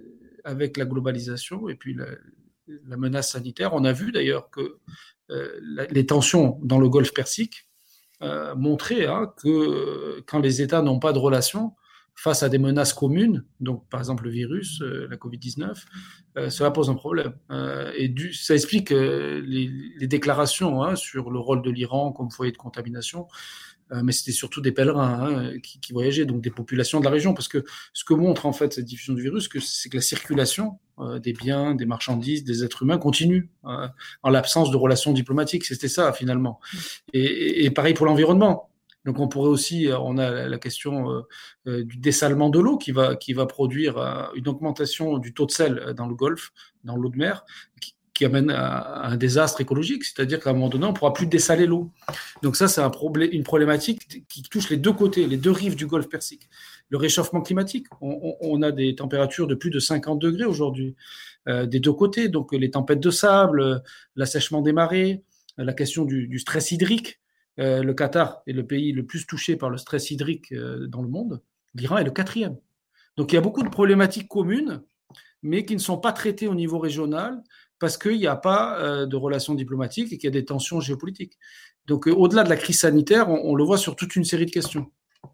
avec la globalisation et puis la, la menace sanitaire, on a vu d'ailleurs que euh, la, les tensions dans le Golfe Persique euh, montraient hein, que quand les États n'ont pas de relations face à des menaces communes, donc par exemple le virus, euh, la covid dix-neuf, euh, cela pose un problème. Euh, et du, ça explique euh, les, les déclarations hein, sur le rôle de l'Iran comme foyer de contamination, euh, mais c'était surtout des pèlerins hein, qui, qui voyageaient, donc des populations de la région, parce que ce que montre en fait cette diffusion du virus, que c'est que la circulation euh, des biens, des marchandises, des êtres humains continue euh, en l'absence de relations diplomatiques. C'était ça finalement. Et, et, et pareil pour l'environnement. Donc on pourrait aussi, on a la question euh, du dessalement de l'eau qui va, qui va produire euh, une augmentation du taux de sel dans le Golfe, dans l'eau de mer, qui, qui amène à, à un désastre écologique, c'est-à-dire qu'à un moment donné, on ne pourra plus dessaler l'eau. Donc ça, c'est un problème, une problématique qui touche les deux côtés, les deux rives du Golfe Persique. Le réchauffement climatique, on, on, on a des températures de plus de cinquante degrés aujourd'hui, euh, des deux côtés, donc les tempêtes de sable, l'assèchement des marées, la question du, du stress hydrique. Euh, le Qatar est le pays le plus touché par le stress hydrique euh, dans le monde. L'Iran est le quatrième. Donc il y a beaucoup de problématiques communes, mais qui ne sont pas traitées au niveau régional parce qu'il n'y a pas euh, de relations diplomatiques et qu'il y a des tensions géopolitiques. Donc euh, au-delà de la crise sanitaire, on, on le voit sur toute une série de questions.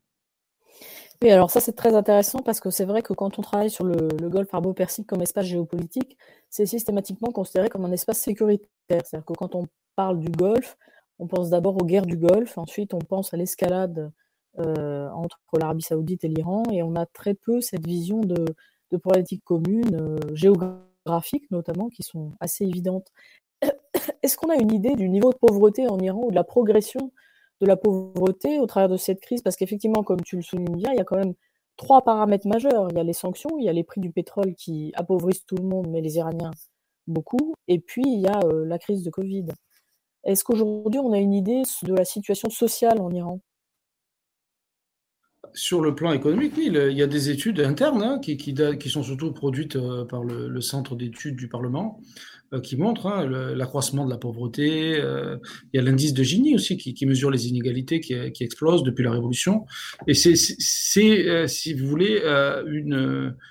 Oui, alors ça c'est très intéressant parce que c'est vrai que quand on travaille sur le, le Golfe Arabo-Persique comme espace géopolitique, c'est systématiquement considéré comme un espace sécuritaire. C'est-à-dire que quand on parle du Golfe, on pense d'abord aux guerres du Golfe, ensuite on pense à l'escalade euh, entre l'Arabie Saoudite et l'Iran, et on a très peu cette vision de, de problématiques communes, euh, géographiques notamment, qui sont assez évidentes. Est-ce qu'on a une idée du niveau de pauvreté en Iran ou de la progression de la pauvreté au travers de cette crise? Parce qu'effectivement, comme tu le soulignes bien, il y a quand même trois paramètres majeurs. Il y a les sanctions, il y a les prix du pétrole qui appauvrissent tout le monde, mais les Iraniens beaucoup, et puis il y a euh, la crise de Covid. Est-ce qu'aujourd'hui, on a une idée de la situation sociale en Iran? Sur le plan économique, oui, il y a des études internes hein, qui, qui, qui sont surtout produites euh, par le, le Centre d'études du Parlement, euh, qui montrent hein, le, l'accroissement de la pauvreté. Euh, il y a l'indice de Gini aussi qui, qui mesure les inégalités qui, qui explosent depuis la Révolution. Et c'est, c'est, c'est euh, si vous voulez, euh, une...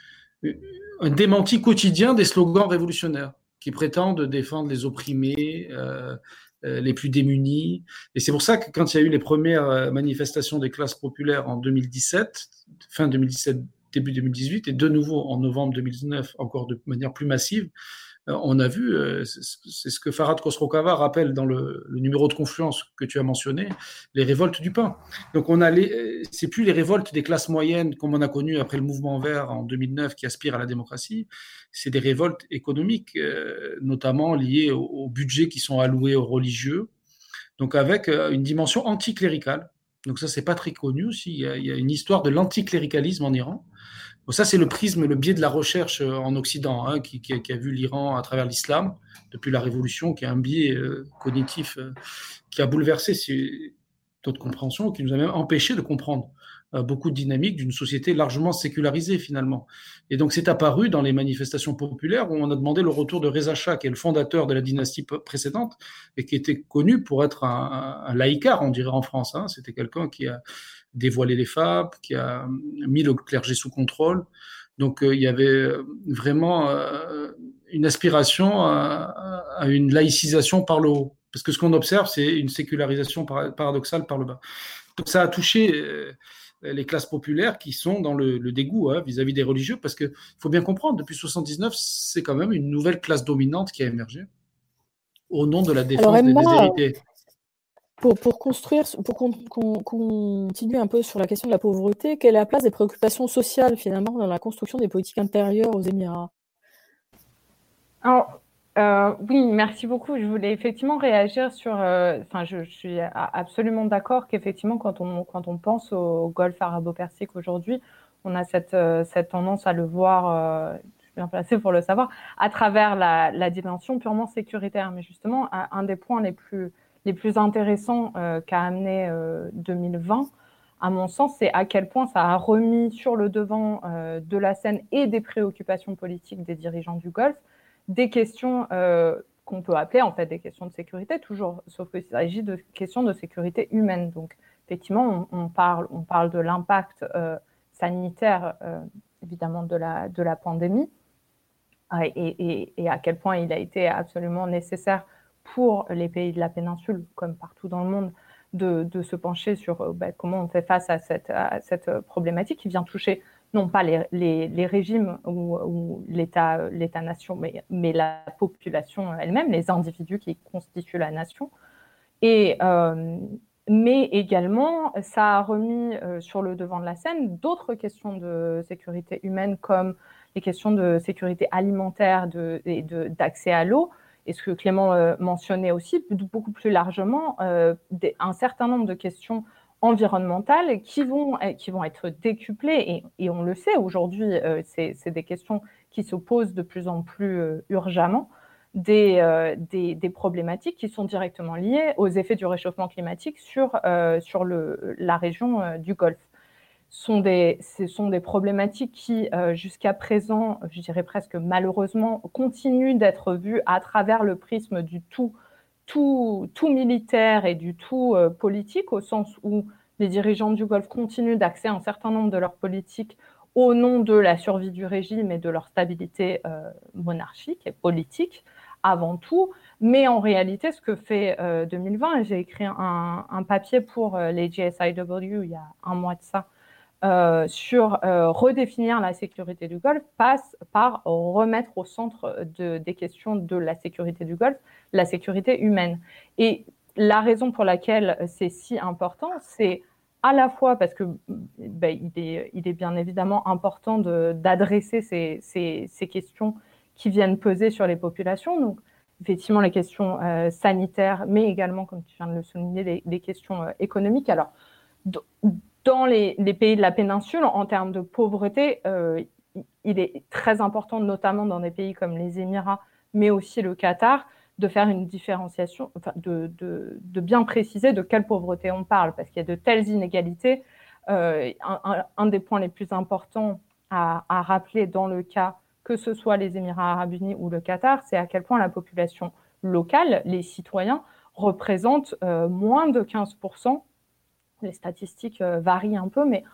un démenti quotidien des slogans révolutionnaires qui prétendent défendre les opprimés, euh, euh, les plus démunis. Et c'est pour ça que quand il y a eu les premières manifestations des classes populaires en deux mille dix-sept, fin deux mille dix-sept, début deux mille dix-huit, et de nouveau en novembre deux mille dix-neuf, encore de manière plus massive, on a vu, c'est ce que Farhad Khosrow-Kava rappelle dans le, le numéro de Confluence que tu as mentionné, les révoltes du pain. Donc on a les, c'est plus les révoltes des classes moyennes comme on a connu après le mouvement vert en deux mille neuf qui aspire à la démocratie, c'est des révoltes économiques, euh, notamment liées au, au budget qui sont alloués aux religieux, donc avec une dimension anticléricale. Donc ça, c'est pas très connu aussi. Il y a, il y a une histoire de l'anticléricalisme en Iran. Bon, ça, c'est le prisme, le biais de la recherche en Occident, hein, qui, qui, qui a vu l'Iran à travers l'islam, depuis la Révolution, qui est un biais euh, cognitif euh, qui a bouleversé ces, notre compréhension, qui nous a même empêché de comprendre euh, beaucoup de dynamiques d'une société largement sécularisée, finalement. Et donc, c'est apparu dans les manifestations populaires où on a demandé le retour de Reza Shah, qui est le fondateur de la dynastie précédente, et qui était connu pour être un, un, un laïcard, on dirait en France. Hein. C'était quelqu'un qui a dévoilé les femmes, qui a mis le clergé sous contrôle. Donc euh, il y avait vraiment euh, une aspiration à, à une laïcisation par le haut. Parce que ce qu'on observe, c'est une sécularisation paradoxale par le bas. Donc ça a touché euh, les classes populaires qui sont dans le, le dégoût hein, vis-à-vis des religieux, parce qu'il faut bien comprendre, depuis soixante-dix-neuf, c'est quand même une nouvelle classe dominante qui a émergé au nom de la défense Alors, Emma, des déshérités. Pour, pour construire, pour qu'on, qu'on, continue un peu sur la question de la pauvreté, quelle est la place des préoccupations sociales finalement dans la construction des politiques intérieures aux Émirats? Alors, euh, oui, merci beaucoup. Je voulais effectivement réagir sur. Euh, enfin, je, je suis absolument d'accord qu'effectivement, quand on quand on pense au Golfe arabo-persique aujourd'hui, on a cette euh, cette tendance à le voir. Euh, je suis bien placée pour le savoir à travers la, la dimension purement sécuritaire. Mais justement, un des points les plus les plus intéressants euh, qu'a amené euh, deux mille vingt, à mon sens, c'est à quel point ça a remis sur le devant euh, de la scène et des préoccupations politiques des dirigeants du Golfe des questions euh, qu'on peut appeler en fait des questions de sécurité, toujours, sauf qu'il s'agit de questions de sécurité humaine. Donc, effectivement, on, on parle, on parle de l'impact euh, sanitaire, euh, évidemment, de la, de la pandémie et, et, et à quel point il a été absolument nécessaire pour les pays de la péninsule, comme partout dans le monde, de, de se pencher sur euh, bah, comment on fait face à cette, à cette problématique qui vient toucher non pas les, les, les régimes ou, ou l'État, l'État-nation, mais, mais la population elle-même, les individus qui constituent la nation. Et, euh, mais également, ça a remis euh, sur le devant de la scène d'autres questions de sécurité humaine, comme les questions de sécurité alimentaire de, et de, d'accès à l'eau, et ce que Clément euh, mentionnait aussi, beaucoup plus largement, euh, des, un certain nombre de questions environnementales qui vont, qui vont être décuplées, et, et on le sait aujourd'hui, euh, c'est, c'est des questions qui se posent de plus en plus euh, urgemment, des, euh, des, des problématiques qui sont directement liées aux effets du réchauffement climatique sur, euh, sur le, la région euh, du Golfe. Sont des, ce sont des problématiques qui, euh, jusqu'à présent, je dirais presque malheureusement, continuent d'être vues à travers le prisme du tout, tout, tout militaire et du tout euh, politique, au sens où les dirigeants du Golfe continuent d'axer un certain nombre de leurs politiques au nom de la survie du régime et de leur stabilité euh, monarchique et politique, avant tout. Mais en réalité, ce que fait euh, deux mille vingt, j'ai écrit un, un papier pour euh, les G S I W il y a un mois de ça, Euh, sur euh, redéfinir la sécurité du Golfe, passe par remettre au centre de, des questions de la sécurité du Golfe la sécurité humaine. Et la raison pour laquelle c'est si important, c'est à la fois parce que ben, il, est, il est bien évidemment important de, d'adresser ces, ces, ces questions qui viennent peser sur les populations, donc effectivement les questions euh, sanitaires, mais également, comme tu viens de le souligner, les, les questions euh, économiques. Alors, d- Dans les, les pays de la péninsule, en termes de pauvreté, euh, il est très important, notamment dans des pays comme les Émirats, mais aussi le Qatar, de faire une différenciation, enfin de, de, de bien préciser de quelle pauvreté on parle, parce qu'il y a de telles inégalités. Euh, un, un, un des points les plus importants à, à rappeler dans le cas que ce soit les Émirats arabes unis ou le Qatar, c'est à quel point la population locale, les citoyens, représente euh, moins de quinze pour cent. Les statistiques euh, varient un peu, mais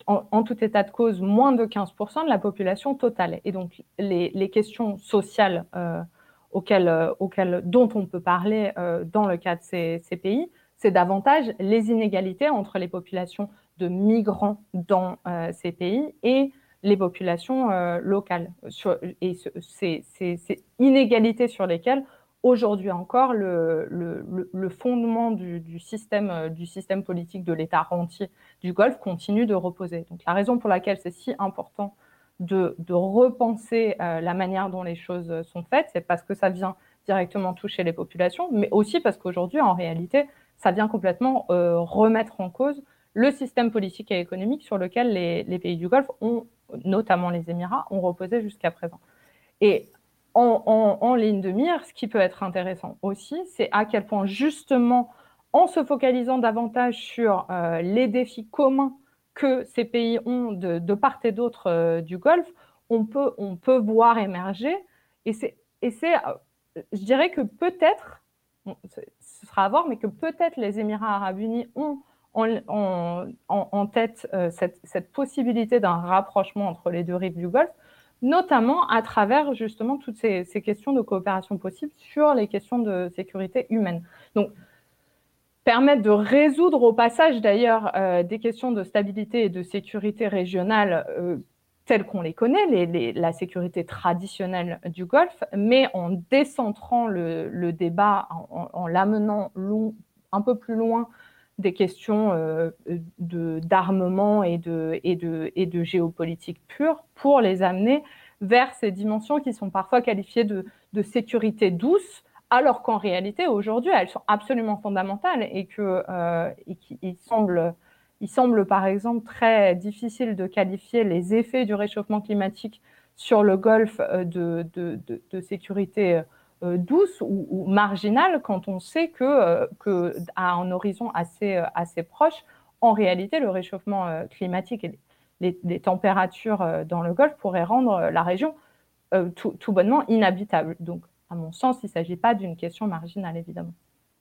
en, en tout état de cause, moins de quinze pour cent de la population totale. Et donc, les, les questions sociales euh, auxquelles, euh, auxquelles, dont on peut parler euh, dans le cas de ces, ces pays, c'est davantage les inégalités entre les populations de migrants dans euh, ces pays et les populations euh, locales. Sur, et ces, ces, ces inégalités sur lesquelles, aujourd'hui encore, le, le, le fondement du, du, système, du système politique de l'État rentier du Golfe continue de reposer. Donc, la raison pour laquelle c'est si important de, de repenser euh, la manière dont les choses sont faites, c'est parce que ça vient directement toucher les populations, mais aussi parce qu'aujourd'hui, en réalité, ça vient complètement euh, remettre en cause le système politique et économique sur lequel les, les pays du Golfe, ont, notamment les Émirats, ont reposé jusqu'à présent. Et en, en, en ligne de mire, ce qui peut être intéressant aussi, c'est à quel point justement, en se focalisant davantage sur euh, les défis communs que ces pays ont de, de part et d'autre euh, du Golfe, on peut, on peut voir émerger, et c'est, et c'est euh, je dirais que peut-être, bon, ce sera à voir, mais que peut-être les Émirats arabes unis ont en, en, en tête euh, cette, cette possibilité d'un rapprochement entre les deux rives du Golfe, notamment à travers justement toutes ces, ces questions de coopération possible sur les questions de sécurité humaine. Donc, permettre de résoudre au passage d'ailleurs euh, des questions de stabilité et de sécurité régionale euh, telles qu'on les connaît, les, les, la sécurité traditionnelle du Golfe, mais en décentrant le, le débat, en, en l'amenant long, un peu plus loin des questions euh, de, d'armement et de, et, de, et de géopolitique pure, pour les amener vers ces dimensions qui sont parfois qualifiées de, de sécurité douce, alors qu'en réalité, aujourd'hui, elles sont absolument fondamentales et que, euh, et qu'il semble, il semble, par exemple, très difficile de qualifier les effets du réchauffement climatique sur le Golfe de, de, de, de sécurité euh, douce ou, ou marginale, quand on sait que, euh, que à un horizon assez, assez proche, en réalité, le réchauffement euh, climatique et les, les températures euh, dans le Golfe pourraient rendre la région euh, tout, tout bonnement inhabitable. Donc, à mon sens, il ne s'agit pas d'une question marginale, évidemment.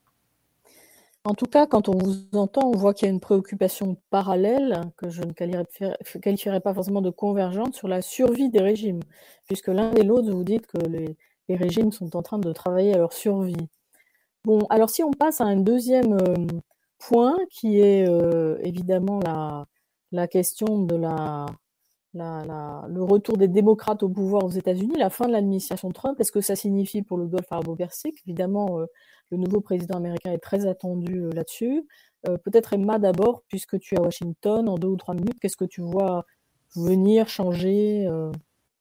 En tout cas, quand on vous entend, on voit qu'il y a une préoccupation parallèle, que je ne qualifierais pas forcément de convergente, sur la survie des régimes, puisque l'un et l'autre, vous dites que les, les régimes sont en train de travailler à leur survie. Bon, alors si on passe à un deuxième euh, point, qui est euh, évidemment la, la question de la, la, la, le retour des démocrates au pouvoir aux États-Unis, la fin de l'administration Trump, est-ce que ça signifie pour le Golfe arabo-persique? Évidemment, euh, le nouveau président américain est très attendu euh, là-dessus. Euh, peut-être Emma d'abord, puisque tu es à Washington, en deux ou trois minutes, qu'est-ce que tu vois venir changer euh,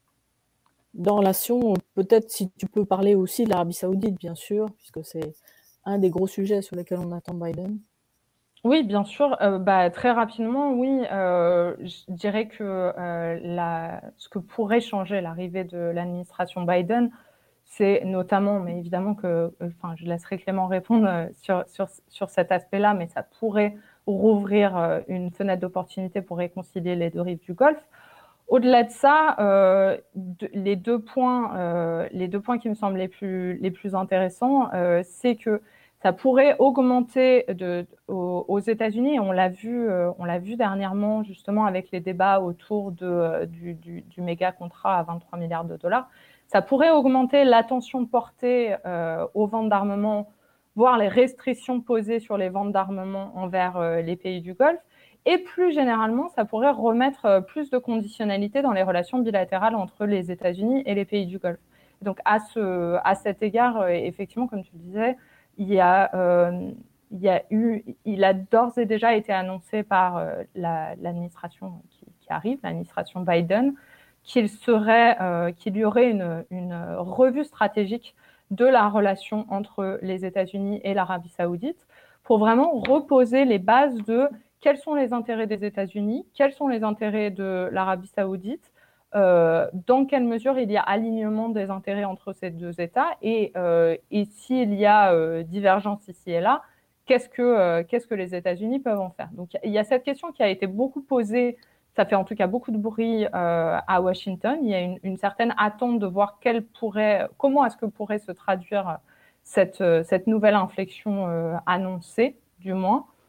dans la relation? Peut-être si tu peux parler aussi de l'Arabie Saoudite, bien sûr, puisque c'est un des gros sujets sur lesquels on attend Biden. Oui, bien sûr. Euh, bah, très rapidement, oui, euh, je dirais que euh, la, ce que pourrait changer l'arrivée de l'administration Biden, c'est notamment, mais évidemment que, enfin, je laisserai Clément répondre sur, sur, sur cet aspect-là, mais ça pourrait rouvrir une fenêtre d'opportunité pour réconcilier les deux rives du Golfe. Au-delà de ça, euh, de, les, deux points, euh, les deux points qui me semblent les plus, les plus intéressants, euh, c'est que ça pourrait augmenter de, de, aux, aux États-Unis. On l'a vu, euh, on l'a vu dernièrement justement avec les débats autour de, euh, du, du, du méga contrat à vingt-trois milliards de dollars. Ça pourrait augmenter l'attention portée euh, aux ventes d'armement, voire les restrictions posées sur les ventes d'armement envers euh, les pays du Golfe. Et plus généralement, ça pourrait remettre euh, plus de conditionnalité dans les relations bilatérales entre les États-Unis et les pays du Golfe. Donc à, ce, à cet égard, euh, effectivement, comme tu le disais, il y a, euh, il y a eu, il a d'ores et déjà été annoncé par euh, la, l'administration qui, qui arrive, l'administration Biden, qu'il serait, euh, qu'il y aurait une, une revue stratégique de la relation entre les États-Unis et l'Arabie Saoudite pour vraiment reposer les bases de quels sont les intérêts des États-Unis, quels sont les intérêts de l'Arabie Saoudite, euh, dans quelle mesure il y a alignement des intérêts entre ces deux États et, euh, et s'il y a euh, divergence ici et là, qu'est-ce que, euh, qu'est-ce que les États-Unis peuvent en faire? Donc il y a cette question qui a été beaucoup posée. Ça fait en tout cas beaucoup de bruit euh, à Washington. Il y a une, une certaine attente de voir quelle pourrait, comment est-ce que pourrait se traduire cette, cette nouvelle inflexion euh, annoncée, du moins.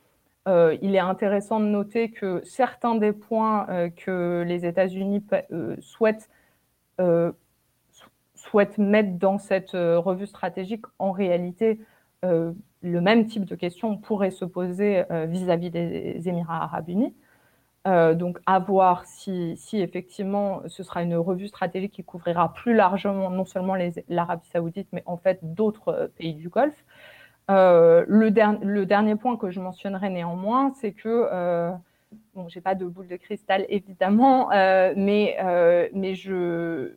Euh, il est intéressant de noter que certains des points euh, que les États-Unis euh, souhaitent, euh, souhaitent mettre dans cette euh, revue stratégique, en réalité, euh, le même type de questions pourrait se poser euh, vis-à-vis des Émirats arabes unis. Euh, donc, à voir si, si effectivement ce sera une revue stratégique qui couvrira plus largement non seulement l'Arabie saoudite, mais en fait d'autres euh, pays du Golfe. Euh, le, der le dernier point que je mentionnerai néanmoins, c'est que, euh, bon, j'ai pas de boule de cristal évidemment, euh, mais, euh, mais je,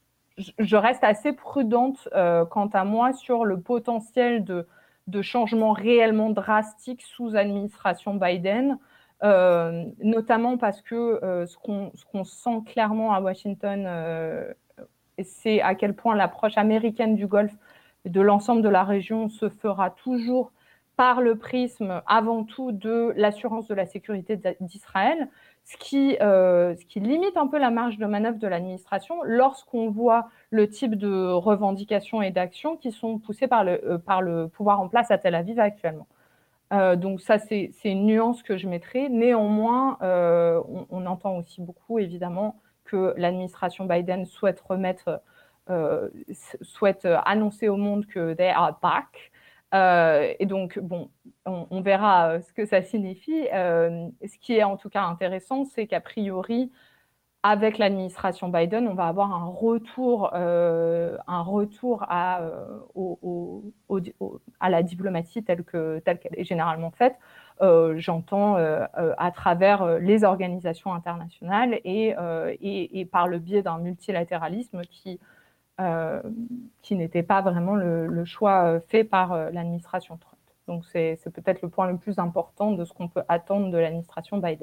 je reste assez prudente euh, quant à moi sur le potentiel de, de changement réellement drastique sous administration Biden, euh, notamment parce que euh, ce qu'on ce qu'on sent clairement à Washington, euh, c'est à quel point l'approche américaine du Golfe et de l'ensemble de la région se fera toujours par le prisme avant tout de l'assurance de la sécurité d'Israël, ce qui, euh, ce qui limite un peu la marge de manœuvre de l'administration lorsqu'on voit le type de revendications et d'actions qui sont poussées par le, euh, par le pouvoir en place à Tel Aviv actuellement. Euh, donc ça, c'est une nuance que je mettrai. Néanmoins, euh, on, on entend aussi beaucoup, évidemment, que l'administration Biden souhaite remettre, euh, souhaite annoncer au monde que they are back. Euh, et donc, bon, on, on verra ce que ça signifie. Euh, ce qui est en tout cas intéressant, c'est qu'a priori, avec l'administration Biden, on va avoir un retour, euh, un retour à, euh, au, au, au, à la diplomatie telle que, telle qu'elle est généralement faite. Euh, J'entends euh, à travers les organisations internationales et, euh, et, et par le biais d'un multilatéralisme qui, euh, qui n'était pas vraiment le, le choix fait par l'administration Trump. Donc c'est peut-être le point le plus important de ce qu'on peut attendre de l'administration Biden.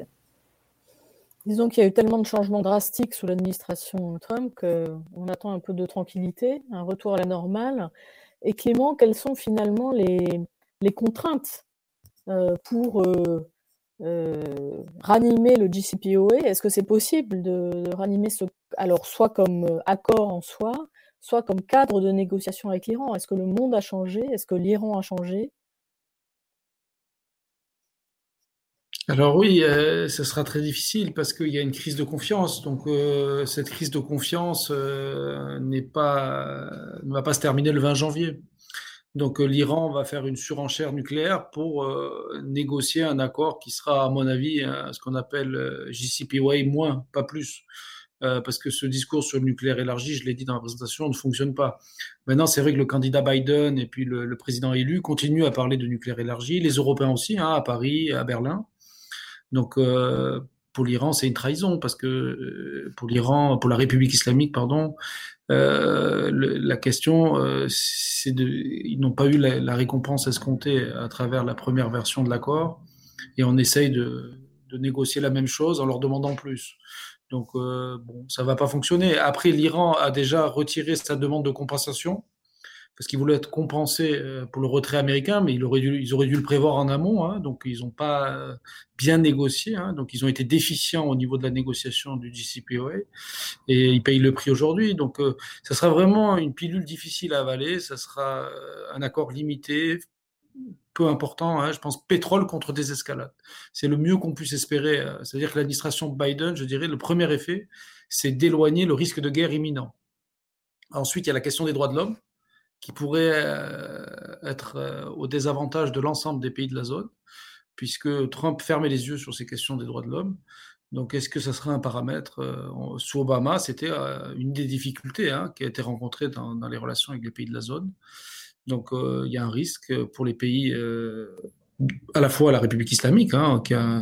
Disons qu'il y a eu tellement de changements drastiques sous l'administration Trump qu'on attend un peu de tranquillité, un retour à la normale. Et Clément, quelles sont finalement les, les contraintes euh, pour euh, euh, ranimer le J C P O A? Est-ce que c'est possible de, de ranimer ce, alors soit comme accord en soi, soit comme cadre de négociation avec l'Iran? Est-ce que le monde a changé? Est-ce que l'Iran a changé? Alors oui, euh, ce sera très difficile parce qu'il y a une crise de confiance. Donc euh, cette crise de confiance euh, n'est pas, ne va pas se terminer le vingt janvier. Donc euh, l'Iran va faire une surenchère nucléaire pour euh, négocier un accord qui sera, à mon avis, euh, ce qu'on appelle euh, J C P O A moins, pas plus. Euh, parce que ce discours sur le nucléaire élargi, je l'ai dit dans la présentation, ne fonctionne pas. Maintenant, c'est vrai que le candidat Biden et puis le, le président élu continuent à parler de nucléaire élargi, les Européens aussi, hein, à Paris, à Berlin. Donc, euh, pour l'Iran, c'est une trahison parce que euh, pour l'Iran, pour la République islamique, pardon, euh, le, la question, euh, c'est de, ils n'ont pas eu la, la récompense escomptée à travers la première version de l'accord, et on essaye de, de négocier la même chose en leur demandant plus. Donc, euh, bon, ça va pas fonctionner. Après, l'Iran a déjà retiré sa demande de compensation, parce qu'ils voulaient être compensés pour le retrait américain, mais ils auraient dû, ils auraient dû le prévoir en amont, hein, donc ils n'ont pas bien négocié, hein, donc ils ont été déficients au niveau de la négociation du J C P O A, et ils payent le prix aujourd'hui. Donc euh, ça sera vraiment une pilule difficile à avaler, ça sera un accord limité, peu important, hein, je pense pétrole contre désescalade. C'est le mieux qu'on puisse espérer, c'est-à-dire que l'administration Biden, je dirais, le premier effet, c'est d'éloigner le risque de guerre imminent. Ensuite, il y a la question des droits de l'homme, qui pourrait euh, être euh, au désavantage de l'ensemble des pays de la zone, puisque Trump fermait les yeux sur ces questions des droits de l'homme. Donc, est-ce que ça serait un paramètre euh, Sous Obama, c'était euh, une des difficultés hein, qui a été rencontrée dans, dans les relations avec les pays de la zone. Donc, euh, il y a un risque pour les pays, euh, à la fois la République islamique, hein, qui a un,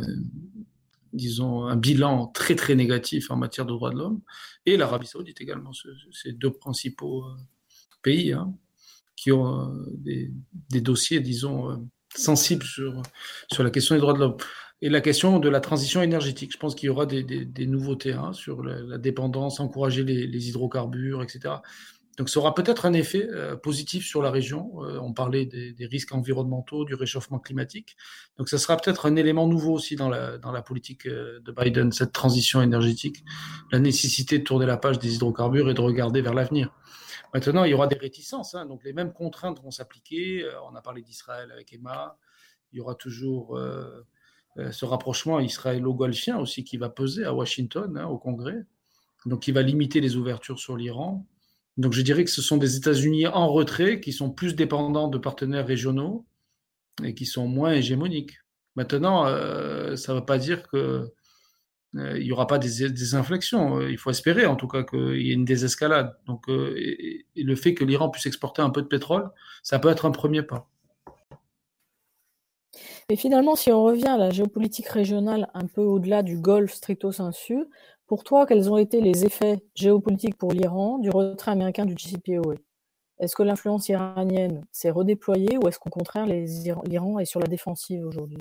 disons, un bilan très, très négatif en matière de droits de l'homme, et l'Arabie saoudite également, ces deux principaux euh, pays, hein, qui ont euh, des, des dossiers, disons, euh, sensibles sur, sur la question des droits de l'homme. Et la question de la transition énergétique. Je pense qu'il y aura des, des, des nouveautés hein, sur la, la dépendance, encourager les, les hydrocarbures, et cetera. Donc ça aura peut-être un effet euh, positif sur la région. Euh, on parlait des, des risques environnementaux, du réchauffement climatique. Donc ça sera peut-être un élément nouveau aussi dans la, dans la politique euh, de Biden, cette transition énergétique, la nécessité de tourner la page des hydrocarbures et de regarder vers l'avenir. Maintenant, il y aura des réticences, hein, donc les mêmes contraintes vont s'appliquer. Euh, on a parlé d'Israël avec Emma. Il y aura toujours euh, euh, ce rapprochement israélo-golfien aussi qui va peser à Washington, hein, au Congrès, donc qui va limiter les ouvertures sur l'Iran. Donc je dirais que ce sont des États-Unis en retrait qui sont plus dépendants de partenaires régionaux et qui sont moins hégémoniques. Maintenant, euh, ça ne veut pas dire que euh, il n'y aura pas des, des inflexions. Il faut espérer, en tout cas, qu'il y ait une désescalade. Donc, euh, et, et le fait que l'Iran puisse exporter un peu de pétrole, ça peut être un premier pas. Et finalement, si on revient à la géopolitique régionale un peu au-delà du Golfe stricto sensu, pour toi, quels ont été les effets géopolitiques pour l'Iran du retrait américain du J C P O A? Est-ce que l'influence iranienne s'est redéployée ou est-ce qu'au contraire, l'Iran est sur la défensive aujourd'hui?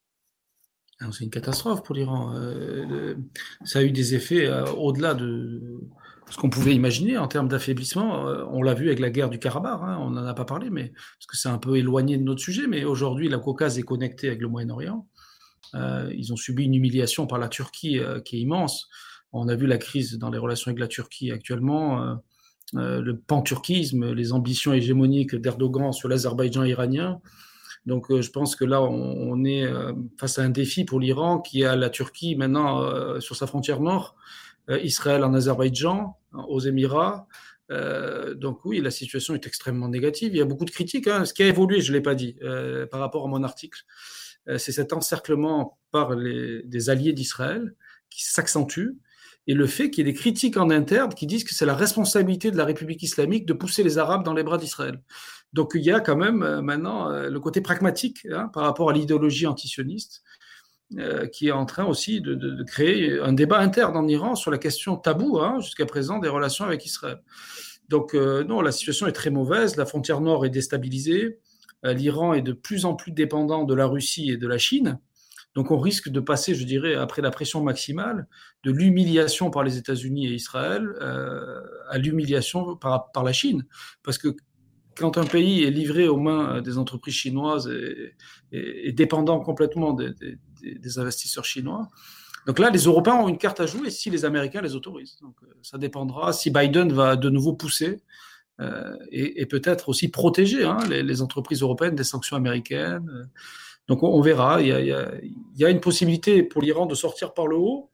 C'est une catastrophe pour l'Iran. Euh, le, ça a eu des effets euh, au-delà de ce qu'on pouvait imaginer en termes d'affaiblissement. Euh, on l'a vu avec la guerre du Karabakh, hein, on n'en a pas parlé, mais parce que c'est un peu éloigné de notre sujet, mais aujourd'hui, la Caucase est connectée avec le Moyen-Orient. Euh, ils ont subi une humiliation par la Turquie euh, qui est immense. On a vu la crise dans les relations avec la Turquie actuellement, euh, euh, le pan-turquisme, les ambitions hégémoniques d'Erdogan sur l'Azerbaïdjan iranien. Donc, euh, je pense que là, on, on est euh, face à un défi pour l'Iran qui a la Turquie maintenant euh, sur sa frontière nord, euh, Israël en Azerbaïdjan, aux Émirats. Euh, donc oui, la situation est extrêmement négative. Il y a beaucoup de critiques. Hein. Ce qui a évolué, je ne l'ai pas dit, euh, par rapport à mon article, euh, c'est cet encerclement par les, des alliés d'Israël qui s'accentue et le fait qu'il y ait des critiques en interne qui disent que c'est la responsabilité de la République islamique de pousser les Arabes dans les bras d'Israël. Donc il y a quand même euh, maintenant euh, le côté pragmatique hein, par rapport à l'idéologie antisioniste euh, qui est en train aussi de, de, de créer un débat interne en Iran sur la question taboue hein, jusqu'à présent des relations avec Israël. Donc euh, non, la situation est très mauvaise, la frontière nord est déstabilisée, euh, l'Iran est de plus en plus dépendant de la Russie et de la Chine. Donc on risque de passer, je dirais, après la pression maximale, de l'humiliation par les États-Unis et Israël euh, à l'humiliation par, par la Chine. Parce que quand un pays est livré aux mains des entreprises chinoises et, et, et dépendant complètement des, des, des investisseurs chinois, donc là, les Européens ont une carte à jouer si les Américains les autorisent. Donc ça dépendra si Biden va de nouveau pousser euh, et, et peut-être aussi protéger hein, les, les entreprises européennes des sanctions américaines. Donc on verra, il y a, il y a, il y a une possibilité pour l'Iran de sortir par le haut,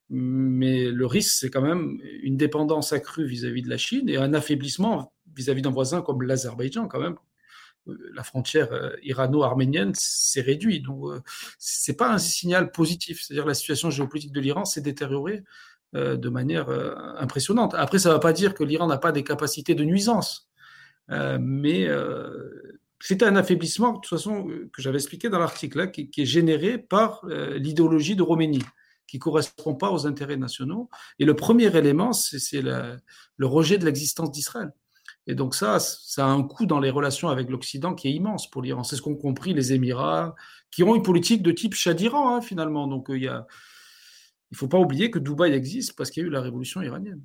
mais le risque, c'est quand même une dépendance accrue vis-à-vis de la Chine et un affaiblissement vis-à-vis d'un voisin comme l'Azerbaïdjan quand même. La frontière irano-arménienne s'est réduite, donc c'est pas un signal positif. C'est-à-dire la situation géopolitique de l'Iran s'est détériorée euh, de manière euh, impressionnante. Après, ça ne va pas dire que l'Iran n'a pas des capacités de nuisance, euh, mais euh, c'est un affaiblissement, de toute façon, que j'avais expliqué dans l'article, là, qui, qui est généré par euh, l'idéologie de Khomeini, qui ne correspond pas aux intérêts nationaux. Et le premier élément, c'est, c'est la, le rejet de l'existence d'Israël. Et donc ça, ça a un coût dans les relations avec l'Occident qui est immense pour l'Iran. C'est ce qu'ont compris les Émirats, qui ont une politique de type Shah d'Iran, hein, finalement. Donc il y a, il ne faut pas oublier que Dubaï existe parce qu'il y a eu la révolution iranienne.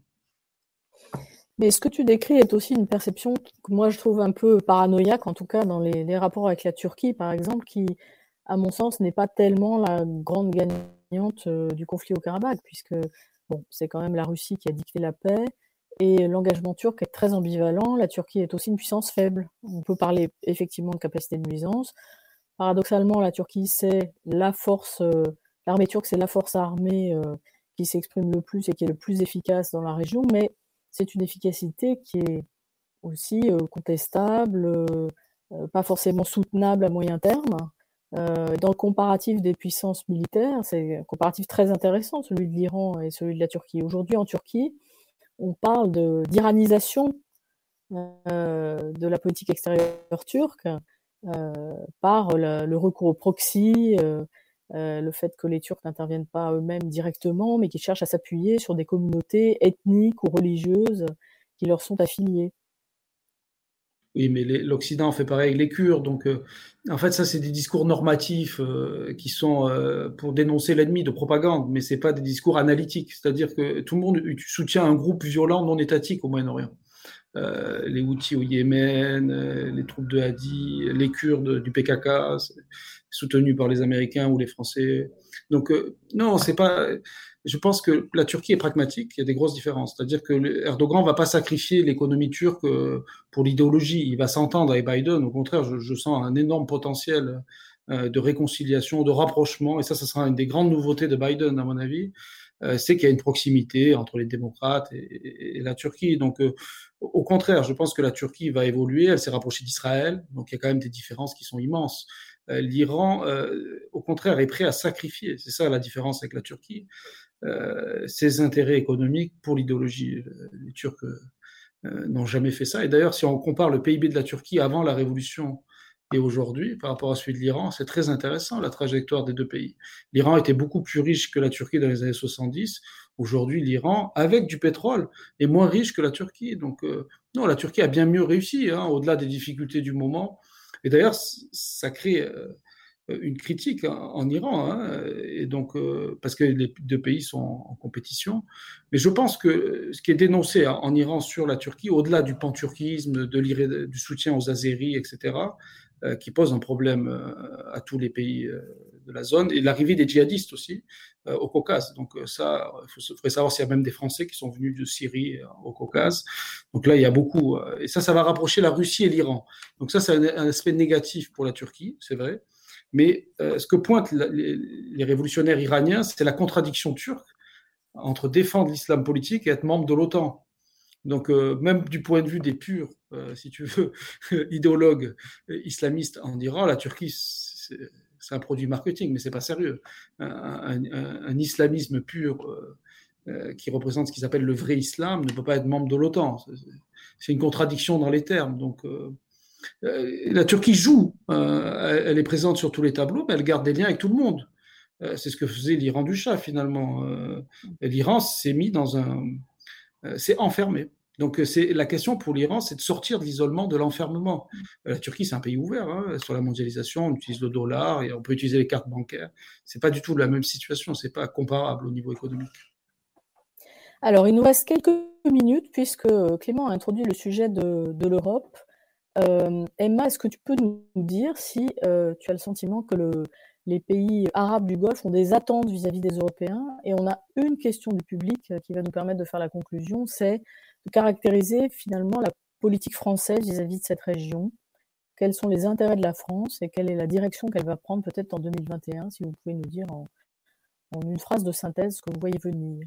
Mais ce que tu décris est aussi une perception que moi je trouve un peu paranoïaque, en tout cas dans les, les rapports avec la Turquie, par exemple, qui, à mon sens, n'est pas tellement la grande gagnante euh, du conflit au Karabakh, puisque bon, c'est quand même la Russie qui a dicté la paix, et l'engagement turc est très ambivalent. La Turquie est aussi une puissance faible. On peut parler effectivement de capacité de nuisance. Paradoxalement, la Turquie, c'est la force, euh, l'armée turque, c'est la force armée euh, qui s'exprime le plus et qui est le plus efficace dans la région, mais c'est une efficacité qui est aussi euh, contestable, euh, euh, pas forcément soutenable à moyen terme. Euh, dans le comparatif des puissances militaires, c'est un comparatif très intéressant, celui de l'Iran et celui de la Turquie. Aujourd'hui, en Turquie, on parle de, d'iranisation euh, de la politique extérieure turque euh, par le, le recours au proxy, euh, euh, le fait que les Turcs n'interviennent pas eux-mêmes directement, mais qu'ils cherchent à s'appuyer sur des communautés ethniques ou religieuses qui leur sont affiliées. Oui, mais les, l'Occident fait pareil avec les Kurdes. Donc, euh, en fait, ça, c'est des discours normatifs euh, qui sont euh, pour dénoncer l'ennemi de propagande, mais c'est pas des discours analytiques. C'est-à-dire que tout le monde soutient un groupe violent non étatique au Moyen-Orient. Euh, les Houthis au Yémen, euh, les troupes de Hadi, les Kurdes du P K K, soutenus par les Américains ou les Français. Donc, euh, non, c'est pas. Je pense que la Turquie est pragmatique, il y a des grosses différences. C'est-à-dire que Erdogan ne va pas sacrifier l'économie turque pour l'idéologie, il va s'entendre avec Biden. Au contraire, je, je sens un énorme potentiel euh, de réconciliation, de rapprochement, et ça, ça sera une des grandes nouveautés de Biden, à mon avis, euh, c'est qu'il y a une proximité entre les démocrates et, et, et la Turquie. Donc, euh, au contraire, je pense que la Turquie va évoluer, elle s'est rapprochée d'Israël, donc il y a quand même des différences qui sont immenses. Euh, L'Iran, euh, au contraire, est prêt à sacrifier, c'est ça la différence avec la Turquie, euh, ses intérêts économiques pour l'idéologie. Les Turcs euh, n'ont jamais fait ça. Et d'ailleurs, si on compare le P I B de la Turquie avant la révolution et aujourd'hui, par rapport à celui de l'Iran, c'est très intéressant, la trajectoire des deux pays. L'Iran était beaucoup plus riche que la Turquie dans les années soixante-dix. Aujourd'hui, l'Iran, avec du pétrole, est moins riche que la Turquie. Donc, euh, non, la Turquie a bien mieux réussi, hein, au-delà des difficultés du moment. Et d'ailleurs, ça crée euh, une critique en, en Iran, hein, et donc, euh, parce que les deux pays sont en compétition. Mais je pense que ce qui est dénoncé en, en Iran sur la Turquie, au-delà du panturquisme, de du soutien aux Azéris, et cetera, euh, qui pose un problème euh, à tous les pays euh, de la zone, et l'arrivée des djihadistes aussi euh, au Caucase. Donc euh, ça, il faudrait savoir s'il y a même des Français qui sont venus de Syrie euh, au Caucase. Donc là, il y a beaucoup. Euh, et ça, ça va rapprocher la Russie et l'Iran. Donc ça, c'est un, un aspect négatif pour la Turquie, c'est vrai. Mais euh, ce que pointent la, les, les révolutionnaires iraniens, c'est la contradiction turque entre défendre l'islam politique et être membre de l'OTAN. Donc, euh, même du point de vue des purs, euh, si tu veux, idéologues islamistes en Iran, la Turquie, c'est, c'est un produit marketing, mais c'est pas sérieux. Un, un, un islamisme pur euh, euh, qui représente ce qu'ils appellent le vrai islam ne peut pas être membre de l'OTAN. C'est, c'est une contradiction dans les termes. Donc, euh, la Turquie joue, euh, elle est présente sur tous les tableaux, mais elle garde des liens avec tout le monde. Euh, c'est ce que faisait l'Iran du Shah finalement. Euh, L'Iran s'est mis dans un, euh, s'est enfermé. Donc c'est la question pour l'Iran, c'est de sortir de l'isolement, de l'enfermement. La Turquie, c'est un pays ouvert hein, sur la mondialisation. On utilise le dollar et on peut utiliser les cartes bancaires. C'est pas du tout la même situation. C'est pas comparable au niveau économique. Alors, il nous reste quelques minutes puisque Clément a introduit le sujet de, de l'Europe. Euh, Emma, est-ce que tu peux nous dire si euh, tu as le sentiment que le, les pays arabes du Golfe ont des attentes vis-à-vis des Européens? Et on a une question du public qui va nous permettre de faire la conclusion, c'est de caractériser finalement la politique française vis-à-vis de cette région. Quels sont les intérêts de la France et quelle est la direction qu'elle va prendre peut-être en deux mille vingt et un, si vous pouvez nous dire en, en une phrase de synthèse ce que vous voyez venir.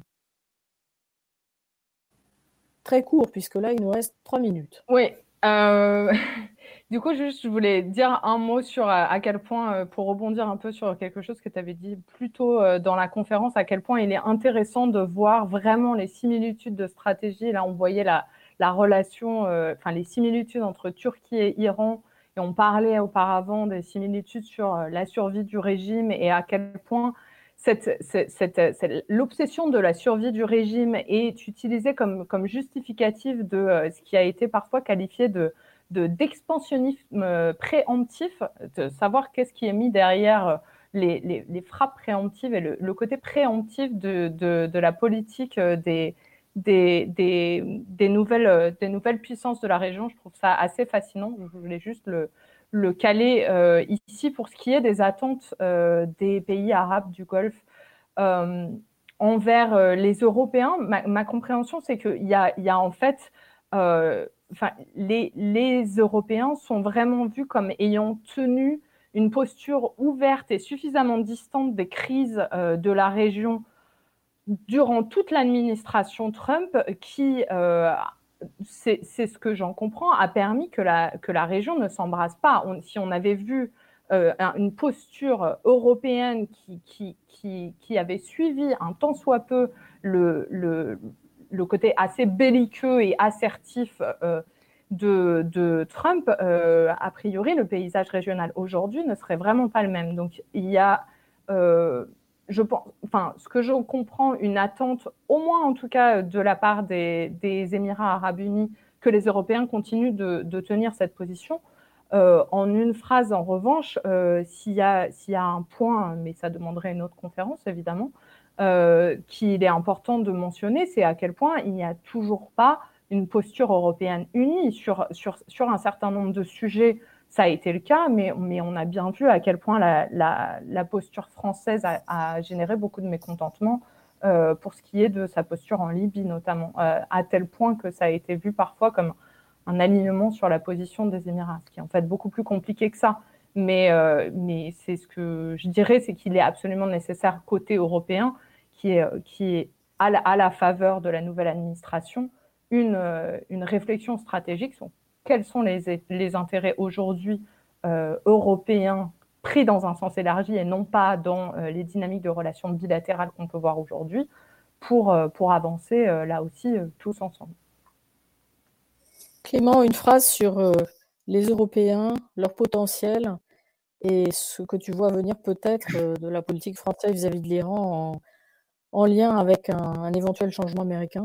Très court, puisque là, il nous reste trois minutes. Oui. Euh... Du coup, juste, je voulais dire un mot sur à, à quel point, pour rebondir un peu sur quelque chose que tu avais dit plus tôt dans la conférence, à quel point il est intéressant de voir vraiment les similitudes de stratégie. Là, on voyait la, la relation, euh, enfin les similitudes entre Turquie et Iran, et on parlait auparavant des similitudes sur la survie du régime et à quel point cette, cette, cette, cette, l'obsession de la survie du régime est utilisée comme, comme justificatif de euh, ce qui a été parfois qualifié de De, d'expansionnisme préemptif, de savoir qu'est-ce qui est mis derrière les, les, les frappes préemptives et le, le côté préemptif de, de, de la politique des, des, des, des, nouvelles, des nouvelles puissances de la région. Je trouve ça assez fascinant. Je voulais juste le, le caler euh, ici pour ce qui est des attentes euh, des pays arabes du Golfe euh, envers euh, les Européens. Ma, ma compréhension, c'est qu'il y a, il y a en fait... Euh, Enfin, les, les Européens sont vraiment vus comme ayant tenu une posture ouverte et suffisamment distante des crises euh, de la région durant toute l'administration Trump qui, euh, c'est, c'est ce que j'en comprends, a permis que la, que la région ne s'embrasse pas. On, si on avait vu euh, une posture européenne qui, qui, qui, qui avait suivi un tant soit peu le... le le côté assez belliqueux et assertif euh, de, de Trump, euh, a priori, le paysage régional aujourd'hui ne serait vraiment pas le même. Donc, il y a, euh, je pense, enfin, ce que je comprends, une attente, au moins en tout cas de la part des, des Émirats arabes unis, que les Européens continuent de, de tenir cette position. Euh, en une phrase, en revanche, euh, s'il y a, s'il y a un point, mais ça demanderait une autre conférence, évidemment, Euh, qu'il est important de mentionner, c'est à quel point il n'y a toujours pas une posture européenne unie sur, sur, sur un certain nombre de sujets. Ça a été le cas, mais, mais on a bien vu à quel point la, la, la posture française a, a généré beaucoup de mécontentement euh, pour ce qui est de sa posture en Libye notamment, euh, à tel point que ça a été vu parfois comme un alignement sur la position des Émirats, ce qui est en fait beaucoup plus compliqué que ça. Mais, euh, mais c'est ce que je dirais, c'est qu'il est absolument nécessaire côté européen, qui est, qui est à, la, à la faveur de la nouvelle administration, une, une réflexion stratégique sur quels sont les, les intérêts aujourd'hui euh, européens pris dans un sens élargi et non pas dans euh, les dynamiques de relations bilatérales qu'on peut voir aujourd'hui, pour, euh, pour avancer euh, là aussi euh, tous ensemble. Clément, une phrase sur euh, les Européens, leur potentiel et ce que tu vois venir peut-être euh, de la politique française vis-à-vis de l'Iran en, en lien avec un, un éventuel changement américain.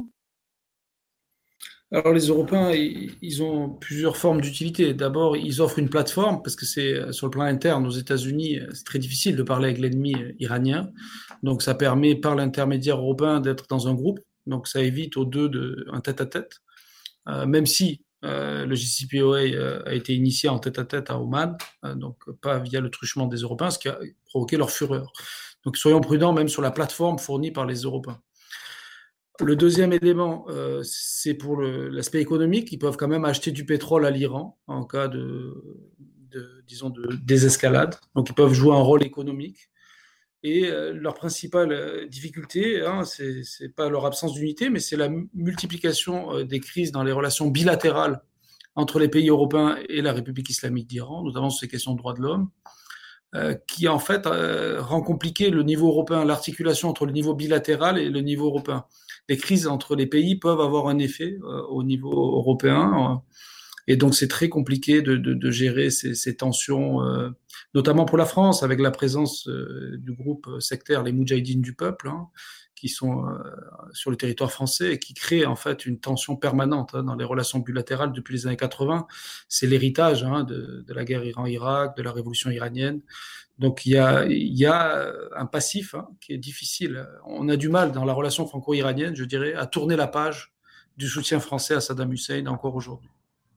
Alors les Européens, ils, ils ont plusieurs formes d'utilité. D'abord, ils offrent une plateforme parce que c'est sur le plan interne aux États-Unis, c'est très difficile de parler avec l'ennemi iranien. Donc ça permet par l'intermédiaire européen d'être dans un groupe. Donc ça évite aux deux de, un tête-à-tête. Euh, même si euh, le J C P O A euh, a été initié en tête-à-tête à Oman, euh, donc pas via le truchement des Européens, ce qui a provoqué leur fureur. Donc soyons prudents même sur la plateforme fournie par les Européens. Le deuxième élément, euh, c'est pour le, l'aspect économique. Ils peuvent quand même acheter du pétrole à l'Iran en cas de, de disons, de désescalade. Donc, ils peuvent jouer un rôle économique. Et euh, leur principale euh, difficulté, hein, c'est, c'est pas leur absence d'unité, mais c'est la m- multiplication euh, des crises dans les relations bilatérales entre les pays européens et la République islamique d'Iran, notamment sur ces questions de droits de l'homme, euh, qui en fait euh, rend compliqué le niveau européen, l'articulation entre le niveau bilatéral et le niveau européen. Les crises entre les pays peuvent avoir un effet euh, au niveau européen, euh, et donc c'est très compliqué de, de, de gérer ces, ces tensions, euh, notamment pour la France, avec la présence euh, du groupe sectaire les Moudjahidines du peuple, hein, qui sont euh, sur le territoire français et qui créent en fait une tension permanente hein, dans les relations bilatérales depuis les années quatre-vingts. C'est l'héritage hein, de, de la guerre Iran-Irak, de la révolution iranienne. Donc il y a, il y a un passif hein, qui est difficile. On a du mal dans la relation franco-iranienne, je dirais, à tourner la page du soutien français à Saddam Hussein encore aujourd'hui.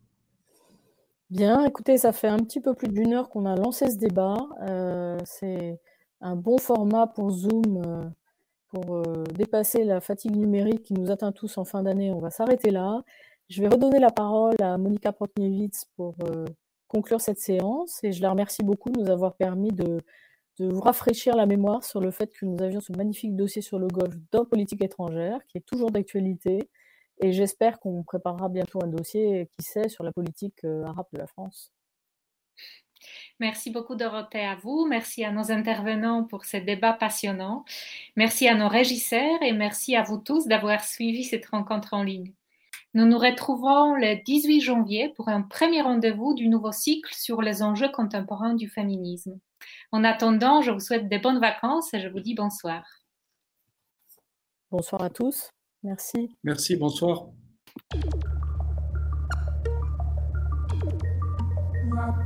Bien, écoutez, ça fait un petit peu plus d'une heure qu'on a lancé ce débat. Euh, c'est un bon format pour Zoom, euh, pour euh, dépasser la fatigue numérique qui nous atteint tous en fin d'année. On va s'arrêter là. Je vais redonner la parole à Monika Protniewicz pour euh, conclure cette séance et je la remercie beaucoup de nous avoir permis de, de vous rafraîchir la mémoire sur le fait que nous avions ce magnifique dossier sur le Golfe dans politique étrangère qui est toujours d'actualité. Et j'espère qu'on préparera bientôt un dossier, qui sait, sur la politique euh, arabe de la France. Merci beaucoup Dorothée à vous, merci à nos intervenants pour ce débat passionnant, merci à nos régisseurs et merci à vous tous d'avoir suivi cette rencontre en ligne. Nous nous retrouvons le dix-huit janvier pour un premier rendez-vous du nouveau cycle sur les enjeux contemporains du féminisme. En attendant, je vous souhaite de bonnes vacances et je vous dis bonsoir. Bonsoir à tous. Merci. Merci, bonsoir.